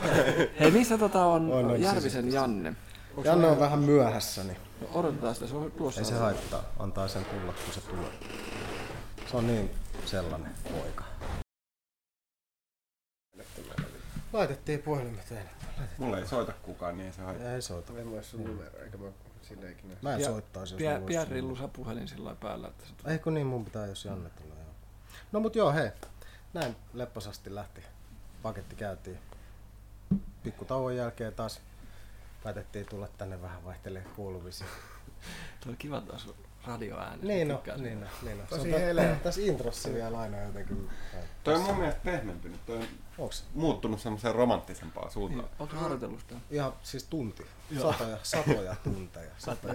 Hei, missä on Järvisen Janne? Janne on vähän myöhässä, niin Odotetaan sitä, se on tuossa. ei se haittaa, antaa sen tulla, kun se tulee. Se on niin sellainen poika. Laitettiin puhelimet eilen. Mulla ei soita kukaan, niin ei se haittaa. Ei soita. En voi sun numero, eikä mä sille ikinä. Mä en soittaisi, jos mulla Pierre Rillusa puhelin sillä päällä. Että se ei kun niin, mun pitää jos Janne tulla. Joo. No mut joo, hei. Näin lepposasti lähti. Paketti käytiin. Pikkutauon jälkeen taas päätettiin tulla tänne vähän vaihtelemaan kuuluvisiin. Tuo on kiva taas radioääni. Niin on. Tosi heleä. Tässä introssa vielä aina jotenkin. Toi on mun mielestä pehmentynyt. Toi on muuttunut semmoiseen romanttisempaan suuntaan. Niin, ootko harjoitellut sitä? Ihan siis tunti. Satoja tunteja.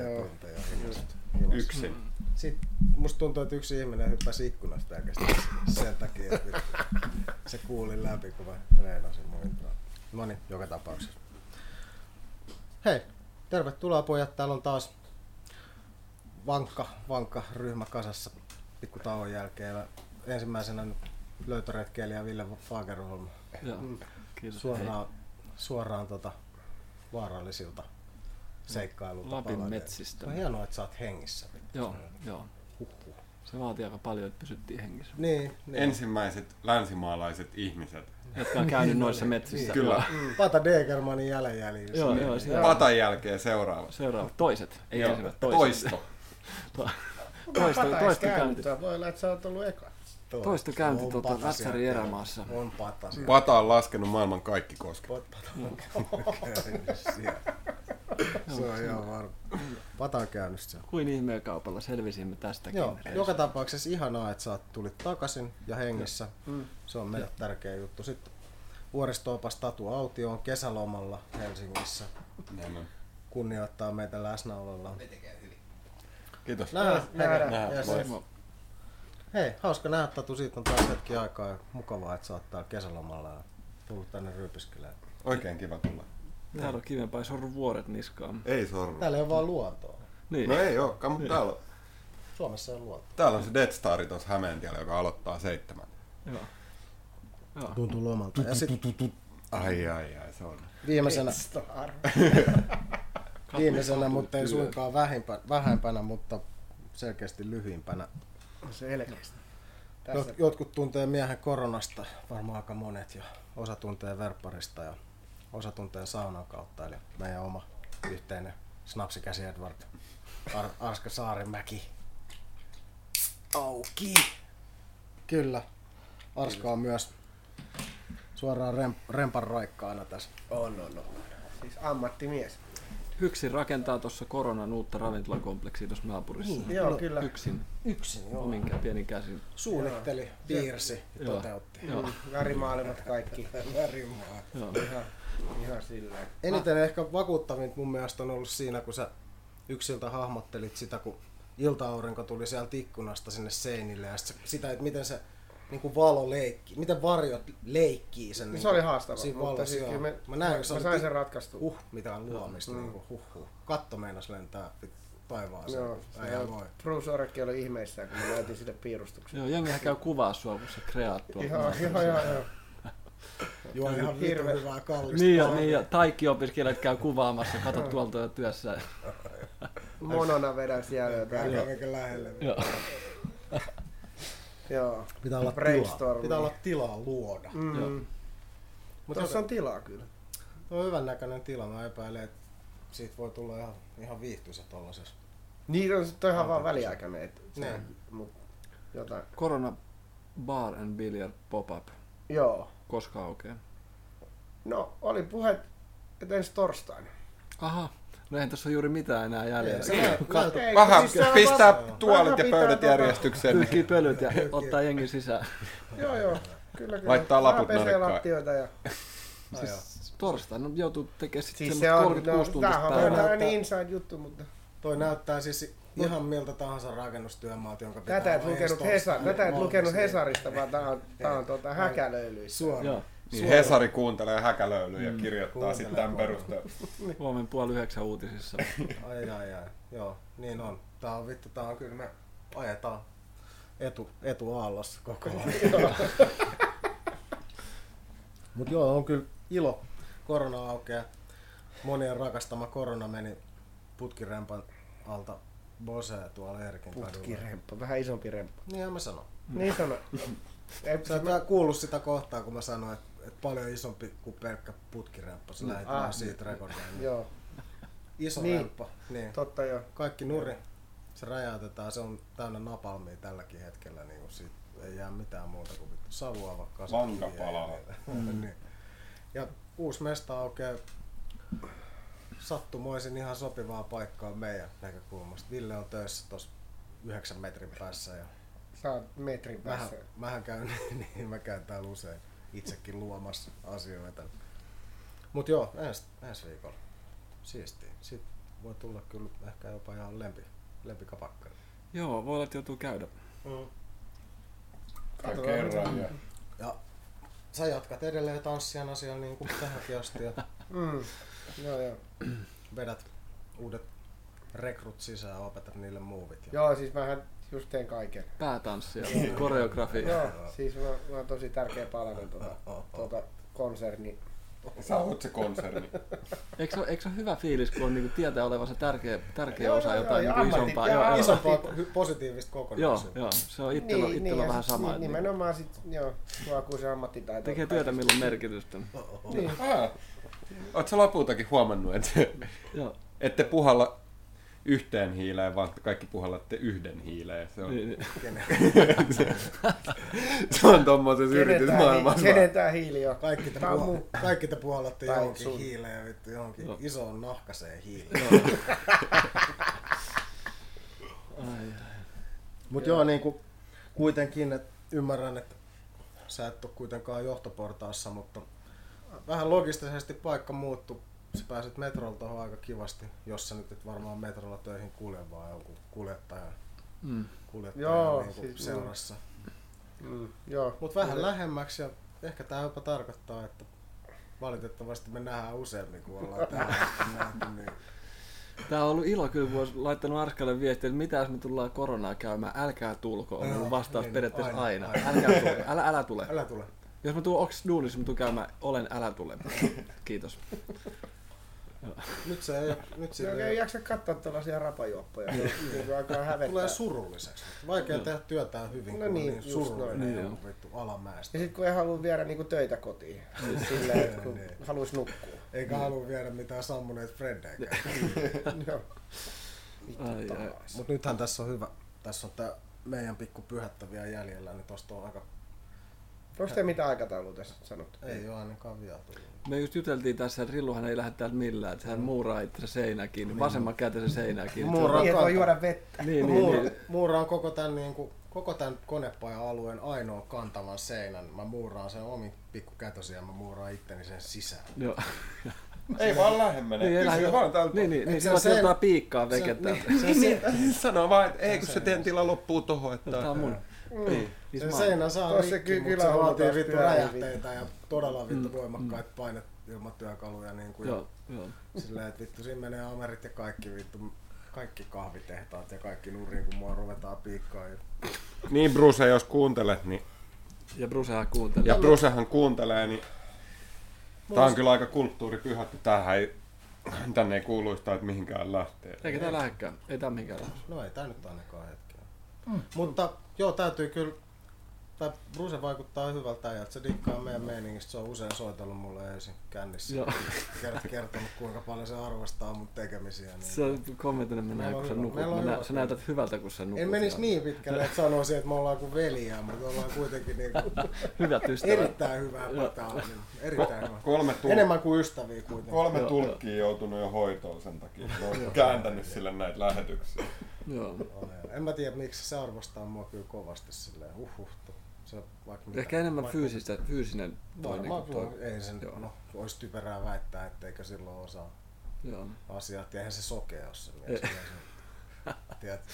Yksin. Sitten musta tuntuu, että yksi ihminen hyppäsi ikkunasta oikeastaan sen takia, että se kuuli läpi, kun mä treenasin mun introa. No niin, joka tapauksessa. Hei, tervetuloa pojat. Täällä on taas vankka ryhmä kasassa pikkutauon jälkeen. Ensimmäisenä löytöretkeilijä Ville Fagerholm. Kiitos. Suoraan vaarallisilta seikkailulta. Lapin metsistä. On hienoa, että sä oot hengissä. Joo. Huhhuh. Se vaatii aika paljon, että pysyttiin hengissä. Niin. Ensimmäiset länsimaalaiset ihmiset. Jotka on käynyt noissa metsissä. Kyllä. Pata Degermanin jäljellä. Joo, siellä. Patan jälkeen seuraava. Seuraavat toiset. Ei Joo. ensimmäiset, toiset. Toisto käynti. Voi olla, että sä oot ollut eka. Toisto käynti Rätsärin erämaassa. On pata. Pata on laskenut maailman kaikki kosket. Se on ihan varma. Pata on käynyt siellä. Kuin ihmeen kaupalla selvisimme tästäkin. Joo, joka tapauksessa ihanaa, että sä tulit takaisin ja hengissä. Se on meille tärkeä juttu. Sitten Vuoristo-opas Tatu Autio on kesälomalla Helsingissä. Kunnioittaa meitä läsnäolollaan. Kiitos. Nähdään. Hei, hauska nähdä Tatu, siitä on taas hetki aikaa ja mukavaa, että sä oot täällä kesälomalla ja tullut tänne ryypiskelemään. Oikein kiva tulla. Täällä on kivempaa, ei sorru vuoret niskaan. Ei sorru. Täällä ei ole vaan luontoa. Niin. No ei olekaan, mutta täällä, Suomessa ei ole luontoa. täällä on se Death Star tuossa Hämeentiellä, joka aloittaa 7. Joo. Tuntuu lomalta. Ja sit Ai, se on. Viimeisenä, mutta ei suinkaan vähempänä, mutta selkeästi lyhyimpänä. Selkeästi. Jotkut tuntee miehen koronasta, varmaan aika monet, ja osa tuntee verpparista ja osa tuntee saunan kautta, eli meidän oma yhteinen snapsikäsi Edward Arska Saarimäki. Auki! Kyllä, Arska on myös suoraan rempan raikkaana tässä. On. Siis ammattimies. Hyksi rakentaa tuossa koronan uutta ravintolakompleksia tuossa naapurissa. Niin, joo, kyllä. Yksin, joo. Omin pienin käsin. Suunnitteli, piirsi ja toteutti. Joo. Värimaailmat kaikki. Joo. Ihan silleen. Eniten ehkä vakuuttavin mun mielestä on ollut siinä, kun sä yksiltä hahmottelit sitä, kun ilta-aurinko tuli sieltä ikkunasta sinne seinille ja sitä, että miten se niin valo leikkii, miten varjot leikkii sen. Se oli haastavaa, mutta siis kyllä mä sain sen ratkaistua. Mitään luomista. Katto meinas lentää taivaaseen. Joo, Bruce Orekki oli ihmeissään, kun mä näytin sille piirustuksen. Joo, jengihän käy kuvaa sua, kun sä kreaat tuolla. Joo. Juo ihan hirveän hyvää kallista. Niin ja taikki-opiskelijat käy kuvaamassa, kato tuolta jo työssä. Monona vedän siellä jotain. Aika lähelle. Joo. Pitää olla tilaa luoda. Mutta tuossa on tilaa kyllä. On hyvän näköinen tila. Mä epäilen, että siitä voi tulla ihan viihtyisä tollasessa. Niin on se ihan vaan väliaikainen. Jotain. Korona Bar and Billiard Pop-up. Joo. Koska aukeaa? No, oli puhe, että ensi torstaina. Aha. No eihän tässä ole juuri mitään enää jäljellä. Vähän pistää tuolit ja pöydät järjestykseen. Pyyhkii pölyt ja ottaa jengi sisään. Joo, kyllä. Laittaa laput pesee narikkaan. lattioita ja... Siis torstaina joutuu tekemään sitten Siis semmoista 36 tuntista päivää. Tämähän on niin inside juttu, mutta... Toi näyttää siis ihan miltä tahansa rakennustyömaalta, jonka pitää Tätä et lukenut Hesarista, vaan tää on häkälöilyissä. Suoraan. Niin Hesari kuuntelee häkälöilyä ja kirjoittaa sitten tämän perusteella. Huomen 8:30 uutisissa. Ai. Joo, niin on. Tää on kyllä, me ajetaan etuaallossa koko ajan. Mut joo, on kyllä korona aukeaa. Monien rakastama korona meni putkirempan alta Boseen tuolla Erkin kadulla. Putkiremppa, vähän isompi remppa. Niinhän mä sanon. Niin sano. Sä et kuullut sitä kohtaa, kun mä sanoin, että paljon isompi kuin pelkkä putkiremppa. Sä lähdit vaan siitä rekordia. Joo. Iso Niin. remppa. Niin. Totta joo. Kaikki nuri. Se räjäytetään. Se on täynnä napalmia tälläkin hetkellä. Niin siitä ei jää mitään muuta kuin savua vaikka. Vanka palaa. Niin. Ja uusi mesta aukeaa sattumoisin ihan sopivaa paikkaa meidän näkökulmasta. Ville on töissä tuossa 9 metrin päässä. Ja Sä oot metrin päässä. mähän käyn, niin mä käyn täällä usein itsekin luomassa asioita. Mut joo, ensi viikolla. Siistiä. Sitten voi tulla kyllä ehkä jopa ihan lempikapakka. Joo, voi olla, että joutuu käydä. Kerran Ja sä jatkat edelleen tanssijana siellä niin kuin tähänkin asti. Ja Joo. vedät uudet rekrut sisään, opetat niille muuvit. Joo, siis mähän just teen kaiken. Päätanssia, koreografia. Joo, siis mä oon tosi tärkeä palanen tuota konserni. Sä oot se konserni. Eikö se ole hyvä fiilis, kun on, niinku, tietää olevansa tärkeä osa jotain joo, niinku, ammatit isompaa? ja Isompaa positiivista Joo, kokonaisuutta. joo, se on itsellä vähän sama. Niin, nimenomaan sit, joo, kun se ammattitaito. Tekee työtä, millä on merkitystä. Niin. Oot sä lopultakin huomannut, että Joo. ette puhalla yhteen hiileen, vaan kaikki puhallatte yhden hiileen. Se on, Niin. se on tommosessa yritysmaailmassa. Kenen tää hiili on? Kaikki te puhallatte Tai johonkin sun. hiileen, vittu, johonkin Joo. isoon nahkaseen hiileen. Mut joo, niinku kuitenkin, että ymmärrän, että sä et oo kuitenkaan johtoportaassa, mutta vähän logistisesti paikka muuttui. Sä pääsit metrolla tohon aika kivasti, jos sä nyt et varmaan metrolla töihin kulje, vaan jonkun kuljettajan Joo, niinku siis, seurassa. Joo. Mut vähän lähemmäksi ja ehkä tää jopa tarkoittaa, että valitettavasti me nähdään useammin kuin ollaan tähän nähty. Niin. Tää on ollut ilo kyllä, kun olisi laittanut Arskalle viestiä, että mitä jos me tullaan koronaa käymään, älkää tulko. On ollut vastaus niin, periaatteessa aina. aina. Älkää tulko, älä tule. Älä tule. Jos mä tuun oks duunissa, mä tuun käymään, älä tule. Kiitos. Nyt se ei, nyt Mä oikein jaksa katsoa tällaisia rapajuoppoja. Niin alkaa hävettää. tulee surulliseksi. Vaikea tehdä työtään hyvin, No kun niin, on niin just surullinen noin. ja vittu alamäestä. Ja sit kun ei halua viedä niinku töitä kotiin. Siis silleen, että kun haluais nukkua. Eikä halua viedä mitään sammuneet Freddeikään. Joo. Ai. Mut nythän tässä on hyvä. Tässä on tää meidän pikku pyhättäviä jäljellä, niin tosta on aika... Onko te mitä aikataulua tässä sanottu? Ei oo ainakaan vielä tullut. Me just juteltiin tässä, että Rilluhan ei lähde täältä millään, että hän muuraa itse seinään kiinni, vasemman kätensä seinään kiinni. Muuraa Niin, et voi kanta. juoda vettä. Niin. Muuraan koko tän konepajan alueen ainoa kantavan seinän. Mä muuraan sen omin pikkukätösiä ja mä muuraan itteni sen sisään. Joo. Ei vaan lähemmene. Niin, Kysy vaan täältä. Niin, se se on jotain piikkaa se- vekettä. Niin, sanoo vaan, että ei kun se teidän tila loppuu tohon. Että... Tää on mun. Niin. Sen seinän saa Tuossa rikki, mutta kyllä se on vaatii taas vittu pyörii räjähteitä ja todella vittu voimakkaita paineilmatyökaluja. Niin kuin Joo. silleen, että vittu siinä menee Amerit ja kaikki vittu, kaikki kahvitehtaat ja kaikki nurin, kun mua ruvetaan piikkaan. Niin Bruce, jos kuuntelet, niin... Ja Brucehan kuuntelee. Ja Brucehan kuuntelee, niin... Tää on kyllä aika kulttuuripyhä, tänne ei kuuluista, että mihinkään lähtee. Eikä tää lähekkään. Ei tää mihinkään lähde. No ei tää nyt ainakaan hetkeä. Mutta joo, täytyy kyllä, tai Bruce vaikuttaa hyvältä ajalta, se dikkaa meidän meiningistä, se on usein soitellut mulle ensin kännissä. Joo. Kertonut kuinka paljon se arvostaa mun tekemisiä. Niin. Se on kommentoinut, kun sä nukut. Sä näytät hyvältä, kun sä nukut. En menisi niin pitkälle, että sanoisin, että me ollaan kuin veljiä, mutta ollaan kuitenkin niin Hyvät ystävät. erittäin hyvää pataa. Niin erittäin hyvää. 3 Enemmän kuin ystäviä kuitenkin. 3 tulkkia joutunut jo hoitoon sen takia. Ne on kääntänyt sille näitä lähetyksiä. Joo. En mä tiedä, miksi se arvostaa mua kyllä kovasti silleen. Se vaikka mitä, Ehkä enemmän vaikka, fyysinen varmaan toi. ei sen, Joo. no, olisi typerää väittää, etteikö silloin osaa Joo. asiat. Ja eihän se sokea ole se mies. Tiedätkö?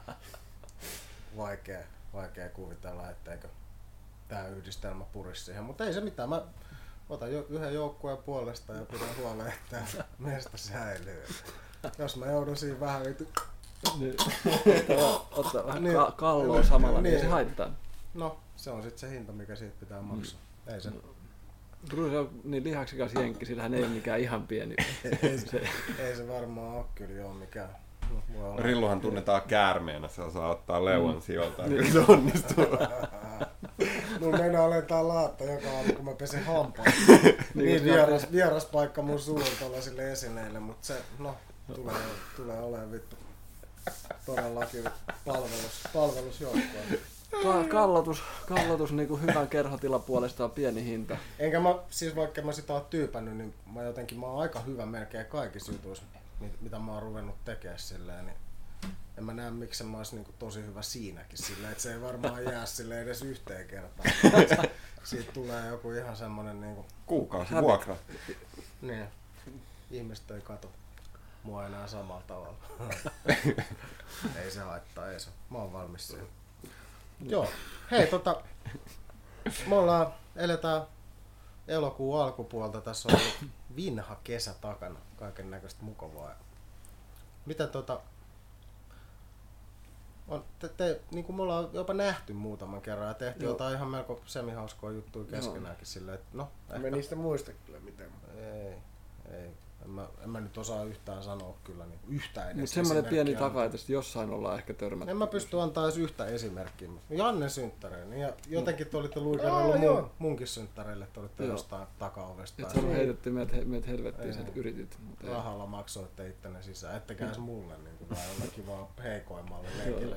Vaikea kuvitella, etteikö tää yhdistelmä purisi siihen. Mutta ei se mitään. Mä otan yhden joukkueen puolesta ja pidän huolen, että meistä säilyy. Jos mä joudun siinä vähän Niin. Ottaa vähän Niin. kalloa samalla, niin Niin. ei se haittaa. no, se on sitten se hinta, mikä siitä pitää maksaa. Ei se. Bruce on niin lihaksikas jenkki, sillä hän ei ole mikään ihan pieni. Ei se varmaan ole kyllä joo mikään. Rilluhan tunnetaan käärmeenä, se osaa ottaa leuan sijoilta, kun se onnistuu. Mulla meinaa alentaa laatta joka aamu, kun mä pesen hampaan. Niin vieras paikka mun suulla tollasille esineille, mutta se, tulee olemaan vittu. Todellakin palvelusjoukkoa. Kallotus niin kuin hyvän kerhotilan puolesta on pieni hinta. Enkä mä, siis vaikka mä sitä oon tyypännyt, niin mä oon aika hyvä melkein kaikissa jutuissa, mitä mä oon ruvennut tekemään silleen, niin en mä näe miksi mä ois niinku tosi hyvä siinäkin silleen, että se ei varmaan jää silleen edes yhteen kertaan. Siitä tulee joku ihan semmonen niinku... Kuukausivuokra. Niin. Ihmiset ei kato mua enää samalla tavalla. Ei se haittaa, ei se. Mä oon valmis siihen. Joo. Hei me eletään elokuun alkupuolta. Tässä on ollut vinha kesä takana. Kaiken näköistä mukavaa. Mitä niin kuin me ollaan jopa nähty muutaman kerran ja tehty jotain ihan melko semihauskoa juttuja keskenäänkin silleen, että no... Mä niistä muista kyllä mitään. Ei. En mä nyt osaa yhtään sanoa kyllä niin yhtään edes. Mutta semmoinen pieni takaitesti jossain ollaan ehkä törmätty. En mä pysty antaa edes yhtä esimerkkiä. Janne synttäreille. Ja jotenkin te olitte luikerellut munkin synttäreille. Te olitte jostain takaovesta. Et sä heitettiin meidät helvettiin, sä yritit. Rahalla maksoitte ittenne sisään. Ettekä edes mulle niin vai jollekin vaan heikoimmalle leikille.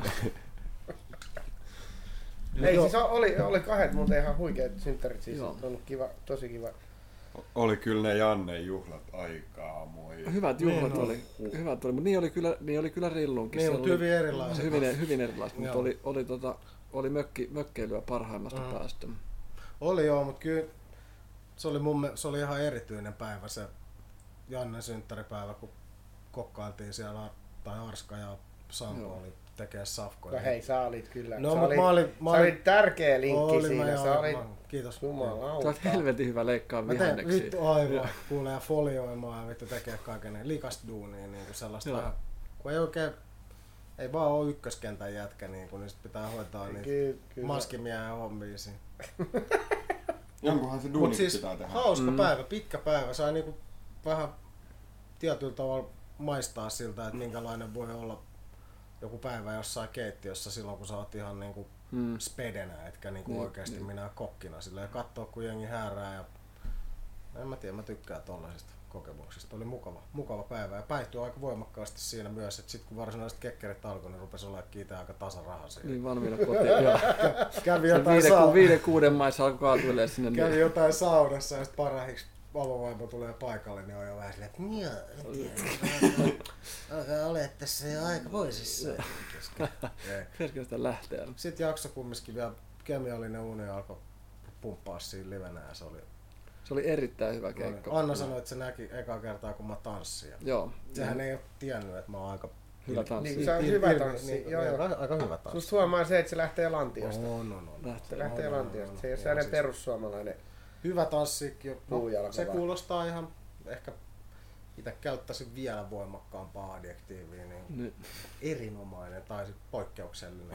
Ei siis oli kahdet muuten ihan huikeat synttärit. Siis on ollut kiva, tosi kiva. Oli kyllä ne Jannen juhlat aikaa moi. Hyvät juhlat oli, mutta niin oli kyllä Rillunkin. Niin, mutta hyvin erilaiset. Hyvin erilaiset, mutta oli mökkeilyä parhaimmasta päästä. Oli joo, mutta kyllä se oli ihan erityinen päivä se Jannen synttäripäivä, kun kokkailtiin siellä, tai Arska ja Sampo oli tekee safkoja. No hei, sä olit kyllä. No, sä olit tärkeä linkki siinä. Kiitos. Sä oot helvetin hyvä leikkaa vihanneksi. Vittu aivan, kuulee ja folioimaan ja vittu tekee kaiken likasta duunia, niin kuin sellaista vähän. Kun ei vaan oo ykköskentän jätkä, niin sit pitää hoitaa niitä maskimiehen hommia siinä. Jonkunhan se duuni siis pitää tehdä. Hauska päivä, pitkä päivä. Sai niinku vähän tietyllä tavalla maistaa siltä, että minkälainen voi olla joku päivä jossain keittiössä silloin, kun sä oot ihan niinku spedenä, etkä niinku oikeesti minä kokkina silleen, ja kattoo kun jengi häärää ja en mä tiedä, mä tykkään tollasista kokemuksista. Oli mukava päivä ja päihtyi aika voimakkaasti siinä myös, että sit kun varsinaiset kekkerit alkoi, niin rupesi olemaan itse aika tasaraha siinä. Niin valmiina kotiin. Kävi jotain 5-6 maissa alkoi kaatuilemaan sinne. Kävi jotain saunassa ja sit parahiksi avovaimo tulee paikalle, niin on jo vähän silleen, että alkaa olemaan tässä jo aika voisissa. Kerkeä sitä lähteä. Sitten jakso kumminkin vielä kemiallinen uni alkoi pumppaa siinä livenä ja se oli erittäin hyvä keikka. Anna sanoi, että se näki ekaa kertaa kun mä tanssin. Joo. Sehän ei ole tiennyt, että mä oon aika hyvä tanssi. Niin, se on hyvä tanssi. Niin, joo. Aika hyvä tanssi. Susta huomaa se, että se lähtee lantiosta. Se lähtee lantiosta. Se ei ole sellainen perussuomalainen. Hyvä tanssikki. Se vaan. kuulostaa ihan, ehkä itse käyttäisin vielä voimakkaampaa adjektiiviä. Niin erinomainen tai poikkeuksellinen.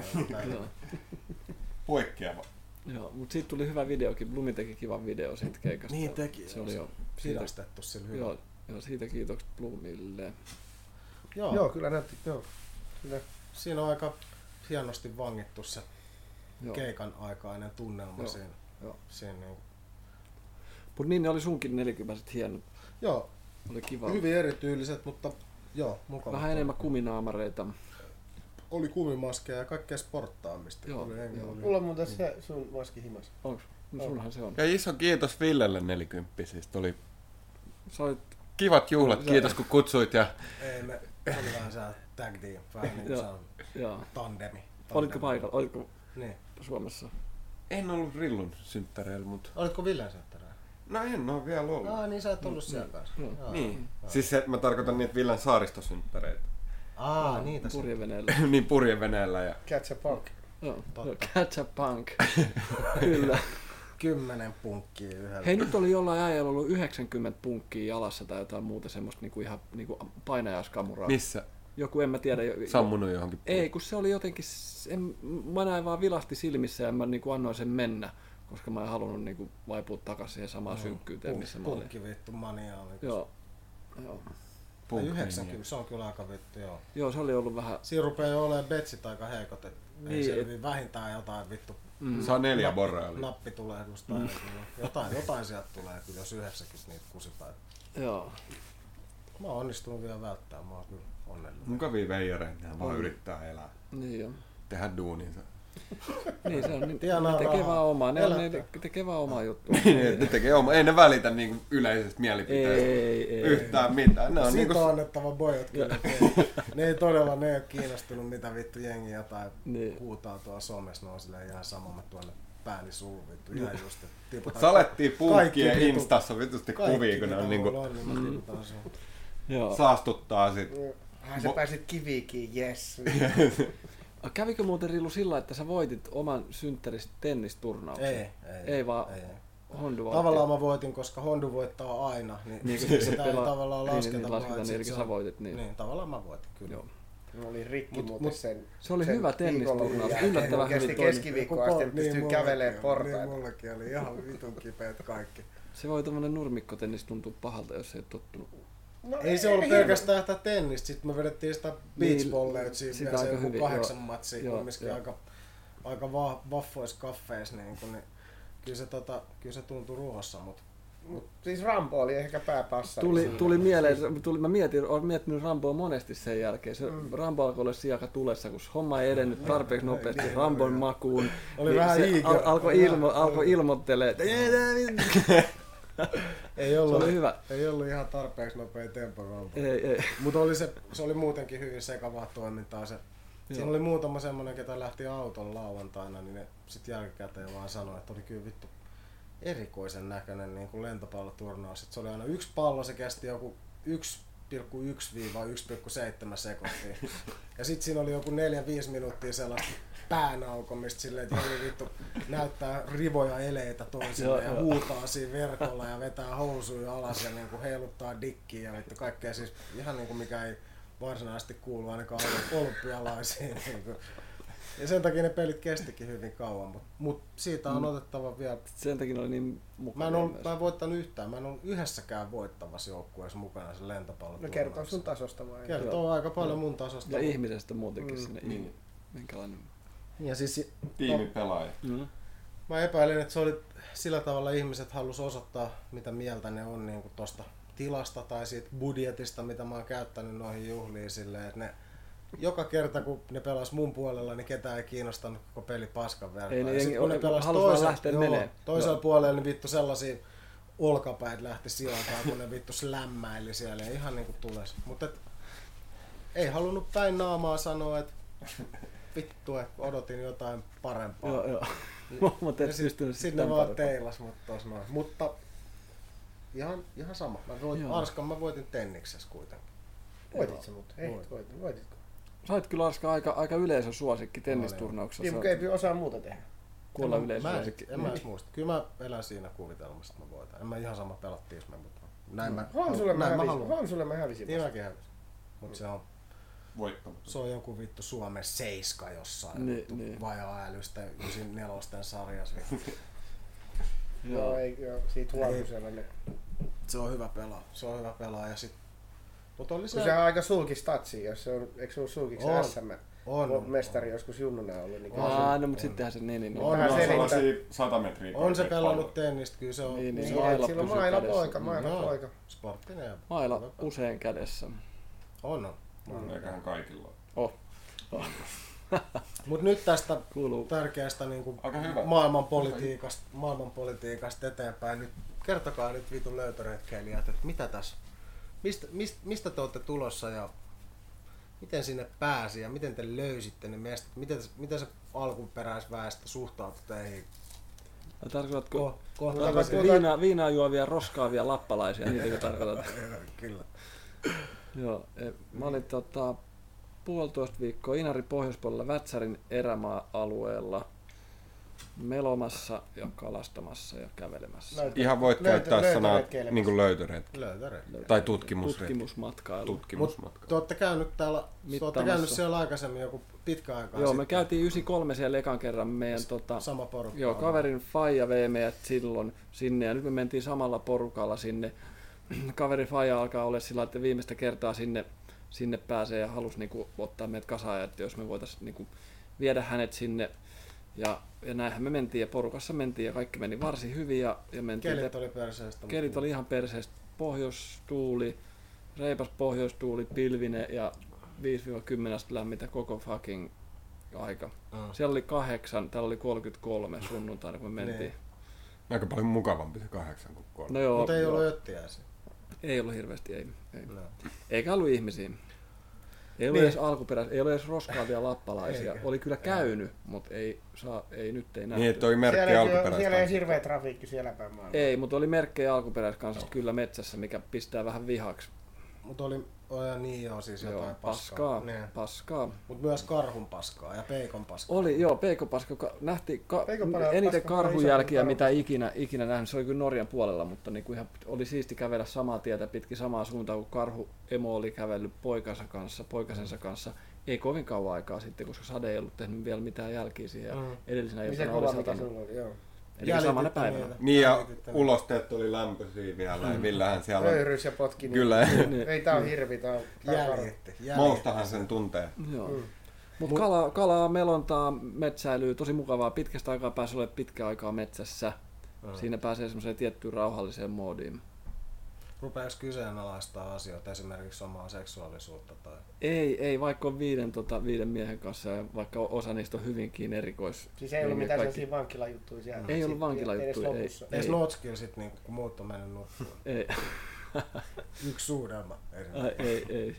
Poikkeava. Joo, mutta siitä tuli hyvä videokin. Blumi teki kivan video siitä keikasta. Niin teki. Se oli jo hidastettu sillä hyvä. Joo, siitä kiitokset Blumille. Joo, kyllä näytti. Joo. Kyllä. Siinä on aika hienosti vangittu se keikan aikainen tunnelma siinä. Niin. Mutta niin ne oli sunkin 40 hienot. Joo. Oli kiva. Hyvin erityyliset, mutta joo, mukava. Vähän enemmän kuminaamareita. Oli kumimaskeja ja kaikkea sporttaamista. Joo. Mulla on muuten se sun maski himas. Onks? No sunhan se on. Ja iso kiitos Villelle 40. Oli kivat juhlat, kiitos kun kutsuit. Ja... Ei me oli vähän sä tag team, vähän niin kuin tandemi. Olitko paikalla? Olitko niin. Suomessa? En ollut Rillun synttäreillä, mutta... Olitko Villen synttäreillä? No en oo vielä ollut. Niin sä et ollut siellä kanssa. Niin. Siis mä tarkoitan niitä Villen saaristosynttäreitä. Niitä purjeveneellä. Niin purjeveneellä ja... Catch a punk. Joo, Catch a punk. Kyllä. 10 punkkia yhdellä. Hei, nyt oli jollain äijällä ollut 90 punkkia jalassa tai jotain muuta semmoista niinku ihan niinku painajauskamuraa. Missä? Joku, en mä tiedä. Sammunut johonkin. Ei, kun se oli jotenkin, mä näin vaan vilahti silmissä ja mä niinku annoin sen mennä. koska mä en halunnut niinku vaipua takas siihen samaan synkkyyteen, missä mä olin. Punkki vittu maniaa. Joo. 90, se on kyllä aika vittu, joo. Joo, se oli ollut vähän... Siinä rupeaa jo olemaan betsit aika heikot, että ei Niin, selviä vähintään jotain vittu. Saa 4 borealia. Nappitulehdusta jotain sieltä tulee kyllä, jos 90 niitä kusipäivä. Joo. Mä oon onnistunut vielä välttämään, mä oon kyllä onnellinen. Mukavia veijareita, ne vaan yrittää elää. Niin jo. Tehdä duuninsa. Niin se on, ne Tienaa tekee rahaa. vaan omaa, ne Elättää. tekee vaan omaa juttua. Ne tekee oma, ei ne välitä niinku yleisestä mielipiteestä Ei. yhtään mitään. Ne on Siitä niinku... on annettava bojot kyllä. Ne ei todella, ne ei oo kiinnostunut mitä vittu jengi jotain Niin. huutaa tuolla somessa, ne on silleen ihan sama, mä tuonne pääni suun vittu. Ihan just, että tiputaan Salettiin punkkien kaikki vittu- instassa vitusti kuvia, kun ne on niinku on, niin mä tiputaan suun. Joo. saastuttaa sit. Sä pääsit kiviikin, yes. Kävikö muuten Rilu sillä, että sä voitit oman synttäris tennisturnauksen? Ei vaan Hondu voitti. Tavallaan mä voitin, koska Hondu voittaa aina, niin sitä ei tavallaan lasketa. Niin, lasketaan, vaan, niin, että eli se sä voitit. Niin. Niin, tavallaan mä voitin kyllä. Joo. Mä olin rikki muuten sen. Se oli sen hyvä tennisturnaus, viikonlopun jälkeen. yllättävän Kesti hyvin toimi. keskiviikkoon asti, että pystyy kävelemään portaita. Niin mullekin oli ihan vitun kipeät kaikki. Se voi tommonen nurmikkotennis tuntua pahalta, jos ei tottunut. No, Ei se ollut pelkästään sitä tennistä, sitten me vedettiin sitä Niin, beachvolleita siinä sitä vielä se aika joku hyvin, 8 joo. matsia, Joo, kumminkin joo. aika vaffoissa kaffeissa, niin kyllä se tuntui ruoassa, mutta Siis Rambo oli ehkä pääpassari. Tuli mieleen, olen miettinyt Ramboa monesti sen jälkeen. Se Rambo alkoi olla siinä aika tulessa, kun homma ei edennyt tarpeeksi nopeasti Rambon makuun. Oli vähän se iikiä. alkoi ilmoittelee, että ei se oli hyvä. Ei ollut ihan tarpeeksi nopea tempo Rambo. Ei. Mutta se oli muutenkin hyvin sekavaa toimintaa. Siinä oli muutama semmonen, ketä lähti auton lauantaina, niin ne sit jälkikäteen vaan sanoi, että oli kyllä vittu erikoisen näköinen niin kuin lentopalloturnaus. Se oli aina yksi pallo, se kesti joku 1,1-1,7 sekuntia. Ja sit siinä oli joku 4-5 minuuttia sellaista päänaukomista silleen, että joku vittu näyttää rivoja eleitä toisille ja huutaa siinä verkolla ja vetää housuja alas ja niin kuin heiluttaa dikkiä ja vittu kaikkea siis ihan niin kuin mikä ei varsinaisesti kuulu ainakaan olympialaisiin. Niin kuin. Ja sen takia ne pelit kestikin hyvin kauan, mutta siitä on otettava vielä. Sen takia oli niin mukavia. Mä en voittanut yhtään, mä en ollut yhdessäkään voittavassa joukkueessa mukana sen lentopallon. No kertoo sun tasosta vai? Kertoo aika paljon mun tasosta. Ja ihmisestä muutenkin sinne. Minkälainen. Ja siis, Tiimipelaaja. mä epäilen, että se oli sillä tavalla ihmiset halus osoittaa, mitä mieltä ne on niin tuosta tilasta tai siitä budjetista, mitä mä oon käyttänyt noihin juhliin silleen, että ne joka kerta kun ne pelas mun puolella, niin ketään ei kiinnostanut koko peli paskan verran. Ei, Ja sit kun ne pelas toisella puolella, niin vittu sellaisia olkapäät lähti sijoiltaan, kun ne vittu slämmäili siellä ja ihan niinku tules. Mutta ei halunnut päin naamaa sanoa, että vittu, että odotin jotain parempaa. Joo. Mutta et pystynyt sitten vaan teilas mut tos noin. Mutta ihan sama. Arskan mä voitin tenniksessä kuitenkin. Voitit sä mut? Ei, voititko? Sä olet kyllä Arska aika yleisösuosikki tennisturnauksessa. Niin, mutta ei osaa muuta tehdä. Kuolla yleisösuosikki. En mä edes muista. Kyllä mä elän siinä kuvitelmassa, että mä voitan. En mä ihan sama pelattiis me, mutta näin mä haluan. Honsulle mä hävisin. Niin mäkin hävisin. Mut Voittamatta. se on jonkun vittu Suomen 7 jossain Niin. vajaa-älystä 94 sarjassa. Joo, siitä huomisella ne. Se on hyvä pelaa ja sit mut oli Kun se on aika sulki statsi, jos se on, eikö se ole sulkiksi SM? On. Mestari joskus junnuna ollut. Niin No mut sittenhän se niin. On vähän selittää. Sellaisia 100 metriä. On se pelannut tennistä, kyllä se on. Niin, Se maila sillä on pysyy mailapoika, kädessä. mailapoika. Sporttinen ja Maila usein kädessä. on. Eiköhän kaikilla. Mut nyt tästä Kuuluu. tärkeästä niinku Aika hyvä. maailmanpolitiikasta eteenpäin. Nyt kertokaa nyt vitun löytöretkeilijät, että mitä tässä, mistä te olette tulossa ja miten sinne pääsi ja miten te löysitte ne mestat, miten se alkuperäisväestö suhtautui teihin? Tarkoitatko Kohta viinaa juovia, roskaavia lappalaisia, niitäkö tarkoitat? Kyllä. Joo, mä olin 1,5 viikkoa Inarin pohjoispuolella Vätsärin erämaa-alueella. melomassa ja kalastamassa ja kävelemässä. Ihan voit käyttää sanaa löytöretkeilemässä. niin löytöretki. Löytöretki. Tai tutkimusretki. Tutkimusmatkailu. Tutkimusmatka. Te olette käynyt täällä, te olette Mittaamassa. käynyt siellä aikaisemmin joku pitkä aikaa Joo, sitten. me käytiin 93 siellä ekan kerran meidän Sama porukka. joo, kaverin faija vei meidät silloin sinne ja nyt me mentiin samalla porukalla sinne. Kaverin faija alkaa olla sillä, että viimeistä kertaa sinne pääsee ja halusi niinku ottaa meidät kasaan, että jos me voitaisiin niinku viedä hänet sinne. Ja näinhän me mentiin ja porukassa mentiin ja kaikki meni varsin hyvin ja mentiin. Kelit oli perseestä. Kelit oli ihan perseestä. Pohjoistuuli, reipas pohjoistuuli, pilvinen ja 5-10 lämmintä koko fucking aika. Siellä oli 8, täällä oli 33 sunnuntaina kun me mentiin. Niin. Aika paljon mukavampi se 8 kuin 3. No joo, Mutta ei joo. ollut öttiäisiä. Ei ollut hirveästi, ei. No. Eikä ollut ihmisiä. Ei ollut edes alkuperäisiä, ei ollut edes roskaavia lappalaisia. Eikä. Oli kyllä käynyt, mutta ei nyt ei nähty. Niin, että oli merkki Siellä alkuperäistä. ei hirveä trafiikki siellä päin maailmaa. Ei, mutta oli merkkejä alkuperäiskansasta kyllä metsässä, mikä pistää vähän vihaksi. Mutta oli niin joo, siis Joo, jotain paskaa, Niin. paskaa. Mutta myös karhun paskaa ja peikon paskaa. Oli, joo, peikopaska, joka nähtiin Peikon paljon eniten paskaa, karhunjälkiä, paljon mitä ikinä nähnyt. Se oli kyllä Norjan puolella, mutta niinku ihan oli siisti kävellä samaa tietä pitkin samaa suuntaan, kun karhu emo oli kävellyt poikasensa kanssa. Ei kovin kauan aikaa sitten, koska sade ei ollut tehnyt vielä mitään jälkiä siihen. Ja edellisenä Niin se iltana oli kova mikä satanut. sulla oli, joo. Eli samana päivänä. Niin ja ulosteet oli lämpöisiä vielä ja Villähän siellä on. Löyryys ja potki. Kyllä, Ei tää on hirvi, tää on Jäljitti. moustahan sen tuntee. Joo. Mutta kalaa, melontaa, metsäilyy, tosi mukavaa. Pitkästä aikaa pääsee olemaan pitkä aikaa metsässä. Siinä pääsee semmoiseen tiettyyn rauhalliseen moodiin. Rupeaks kyseenalaistaa asioita, esimerkiksi omaa seksuaalisuutta tai... Ei, vaikka on viiden miehen kanssa ja vaikka osa niistä on hyvinkin erikois. Siis ei ollut niin mitään kaikki- sellaisia vankilajuttuja siellä. Ei ollut vankilajuttuja, Edes ei. lopussa. Edes Notskilla sit niinku, kun muut on mennyt nukkuun. Ei, Yksi suudelma esimerkiksi.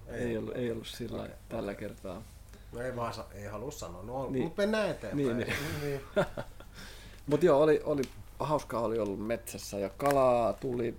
ei ollut sillä lailla tällä kertaa. No ei vaan, ei halua sanoa. No, Niin. mut mennään eteenpäin. Niin. Mutta joo, oli hauskaa oli ollut metsässä ja kalaa tuli.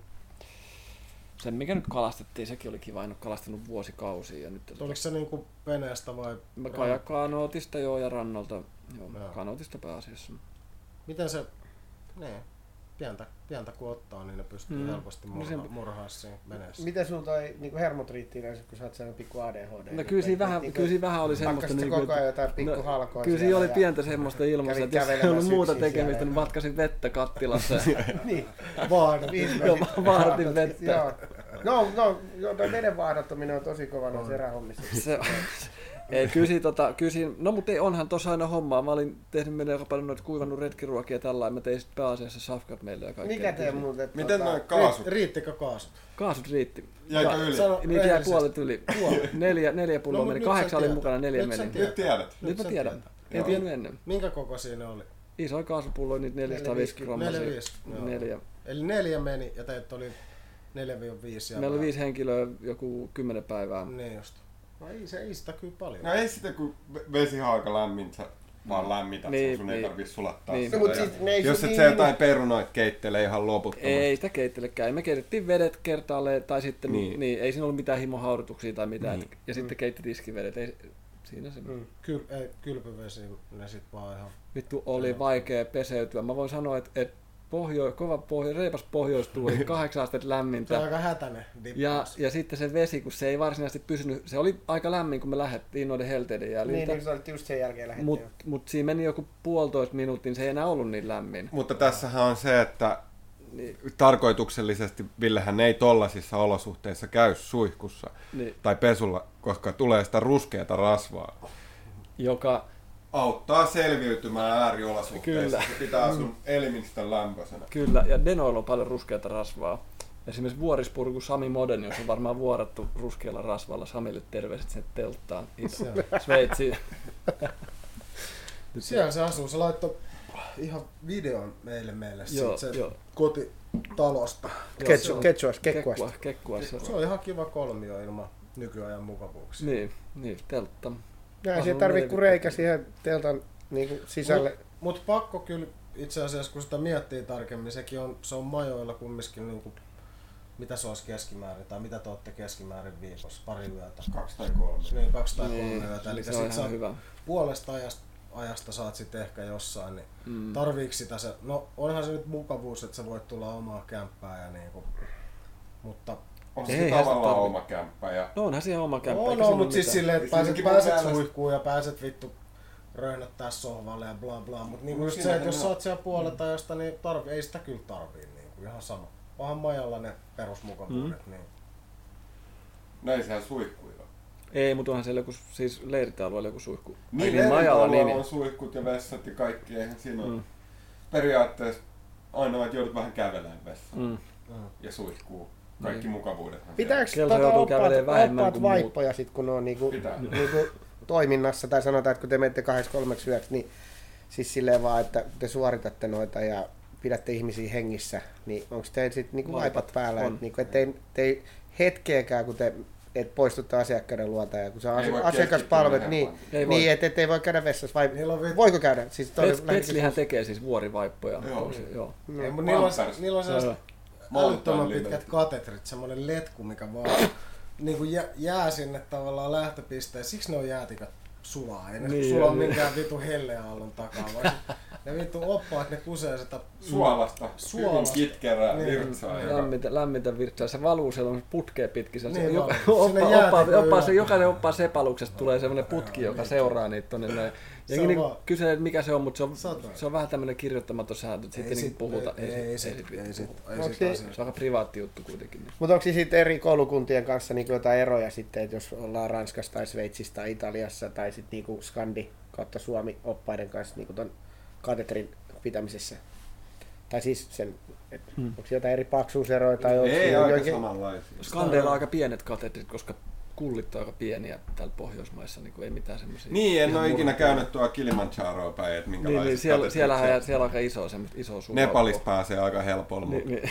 Se mikä nyt kalastettiin, sekin oli kiva, en ole kalastanut vuosikausia. Ja nyt Oliko se niinku veneestä vai... mä kanootista joo ja rannalta, joo, Joo. kanootista pääasiassa. Miten se... Nee. Pientä kun ottaa, niin ne pystyy helposti murhaa siinä veneessä. Miten sulla toi niinku hermot riitti yleensä, kun sä oot sellainen pikku ADHD? No kyllä siinä vähän oli semmoista Pakkasit koko ajan jotain pikku halkoa. kyllä siinä oli pientä semmoista ilmasta, että jos ei ollut muuta tekemistä, niin vatkasin vettä kattilassa. Niin. Vaadin. Joo, vaadin vettä. Joo. No, toi veden vaahdattaminen on tosi kova noissa erähommissa. Ei, kyllä siinä, no mutta ei, onhan tossa aina hommaa. Mä olin tehnyt meille aika paljon noita kuivannut retkiruokia ja tällainen. Mä tein sitten pääasiassa safkat meille ja kaikkea. Mikä tee muuten? Miten noin kaasut? Riittikö kaasut? Kaasut riitti. Jäikö yli? Niitä jäi puolet yli. Neljä pulloa meni. 8 oli mukana, 4 Nyt sä meni. Nyt tiedät. Nyt mä tiedän. En tiennyt ennen. Minkä koko siinä oli? Isoja kaasupulloja, niitä 450 grammasia. 4. Eli 4 meni ja teitä oli 4-5. Meillä oli 5 henkilöä, joku 10 päivää. Niin just. No ei sitä kyllä paljon. No ei sitä kun vesi on aika lämmin, sä vaan lämmität Niin, sen, sun ei niin. tarvii sulattaa Niin. sitä. No, mut ja siis ne ei jos se et niin- sä jotain perunoit keittelee ihan loputtomasti. Ei sitä keittelekään. Me keitettiin vedet kertaalleen, tai sitten Niin. ei siinä ollut mitään himohaudutuksia tai mitään. Niin. Ja sitten keitti tiskivedet. Ei, siinä se. Kylpyvesi, ne sit vaan ihan... Vittu oli vaikea peseytyä. Mä voin sanoa, että reipas pohjoistuuli, 8 astetta Se on lämmintä. aika hätäinen dippaus. Ja sitten se vesi, kun se ei varsinaisesti pysynyt, se oli aika lämmin, kun me lähdettiin noiden helteiden jäljiltä. Niin, sä olit just sen jälkeen lähdettiin. Mut siinä meni joku 1,5 minuuttia, niin se ei enää ollut niin lämmin. Mutta tässähän on se, että Niin. tarkoituksellisesti Villehän ei tollasissa olosuhteissa käy suihkussa Niin. tai pesulla, koska tulee sitä ruskeata rasvaa. Joka, Auttaa selviytymään ääriolosuhteissa. Kyllä. Se pitää sun elimistön lämpöisenä. kyllä, ja Denoilla on paljon ruskeata rasvaa. Esimerkiksi Vuorispurku Sami Modenius on varmaan vuorattu ruskealla rasvalla. Samille terveiset sinne telttaan. Sveitsiin. Siellä se asuu. Se laittoi ihan videon meille Joo, sit joo. kotitalosta. Kekkua. Se on ihan kiva kolmio ilman nykyajan mukavuuksia. Niin, teltta. Näin siihen tarvii kuin reikä siihen teltan niinku sisälle. Mut pakko kyllä itse asiassa, kun sitä miettii tarkemmin, se on majoilla kumminkin niinku, mitä se olisi keskimäärin, tai mitä te olette keskimäärin viikossa, pari yötä. 2 tai 3. Niin, 2 tai 3 Niin, yötä. Eli se on sit sä ihan hyvä. puolesta ajasta ajasta saat sitten ehkä jossain, niin tarviiko sitä se, no onhan se nyt mukavuus, että sä voit tulla omaa kämppää ja niinku, mutta on se tavallaan oma kämppä. Ja... No onhan siihen oma kämppä. No, mutta siis silleen, että pääset suihkuun ja pääset vittu röhnöttää sohvalle ja bla bla, mutta niinku just se, että jos sä oot siellä puolet ajasta, niin ei sitä kyllä tarvii niinku, ihan sama. Onhan majalla ne perusmukavuudet, niin. No ei sehän suihkuja. Ei, mutta onhan siellä joku, siis leiritalueella joku suihku. Niin, leiritalueella on suihkut ja vessat ja kaikki, eihän siinä ole. Periaatteessa ainoa, että joudut vähän kävelemään vessaan ja suihkuu. Kaikki mukavuudethan. Pitääkö oppaat vaippoja sit, kun ne on niinku toiminnassa, tai sanotaan, että kun te menette 2-3 yöksi, niin siis silleen vaan, että te suoritatte noita ja pidätte ihmisiä hengissä, niin onko teillä sitten niinku vaipat päällä, että niinku, ettei hetkeäkään, kun te et poistutte asiakkaiden luota ja kun se asiakaspalvelut, niin ettei voi käydä vessassa, vai voiko käydä? Siis Petslihän tekee siis vuorivaippoja. Joo. Niillä on sellaiset älyttömän pitkät katetrit, semmoinen letku, mikä vaan niinku jää sinne tavallaan lähtöpisteen. Siksi ne on jäätikät sulaa. Ei ne sulaa minkään vitu helleaallon takaa, vaan ne vittu oppaat, ne kusee sitä suolasta. Hyvin kitkerää virtsaa. Lämmintä virtsaa. Se valuu siellä putkea pitkin. Jokainen oppaa sepaluksesta tulee semmoinen putki, joka seuraa niitä tonne näin. Ja kyselee, mikä se on, mutta se on vähän tämmöinen kirjoittamaton sääntö, että sitten ei puhuta. Se on aika privaatti juttu kuitenkin. Mutta onko sitten eri koulukuntien kanssa niinku jotain eroja sitten, että jos ollaan Ranskassa tai Sveitsissä tai Italiassa tai sitten niinku Skandi kautta Suomi oppaiden kanssa niinku ton katetrin pitämisessä? Tai siis sen, onko jotain eri paksuuseroja? Tai ei aika samanlaisia. Skandeilla on aika pienet katetrit, koska kullit on aika pieniä täällä Pohjoismaissa, niin ei mitään semmoisia. Niin, en ole ikinä käynyt tuolla Kilimanjaroa päin, että minkälaiset siellä on aika iso suva. Nepalissa pääsee aika helpolla.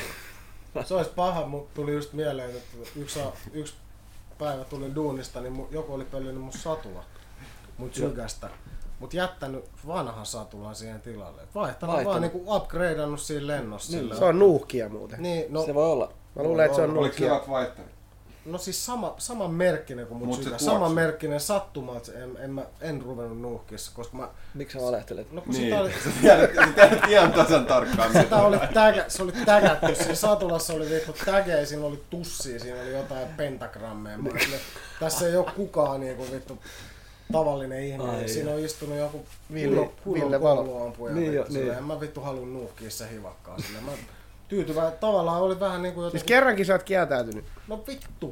Se olisi paha, mutta tuli just mieleen, että yksi päivä tulin duunista, niin joku oli pöllinyt mun satula, mun sygästä. Mut jättänyt vanhan satulan siihen tilalle. Vaihtanut vaan niinku upgradeannut siinä lennossa. Niin, se on nuuhkia muuten. Niin, no, se voi olla. Mä luulen, että se on nuuhkia. Oliko vaihtanut? No siis saman merkkinen kuin mun sydän. Saman merkkinen sattuma, että en ruvennut nuuhkissa, koska mä... Miksi sä valehtelet? No kun niin. sitä oli... Sä tiedät ihan tasan tarkkaan. Se oli tägätty. Siinä satulassa oli vittu tägejä, siinä oli tussia, siinä oli jotain pentagrammeja. Tässä ei oo kukaan niinku vittu tavallinen ihminen. Siinä on istunut joku Ville kouluampuja. Niin. En mä vittu halua nuuhkia se hivakkaa sille. Mä tyytyväinen. Tavallaan oli vähän niinku jotenkin... Siis kerrankin sä oot kieltäytynyt. No vittu.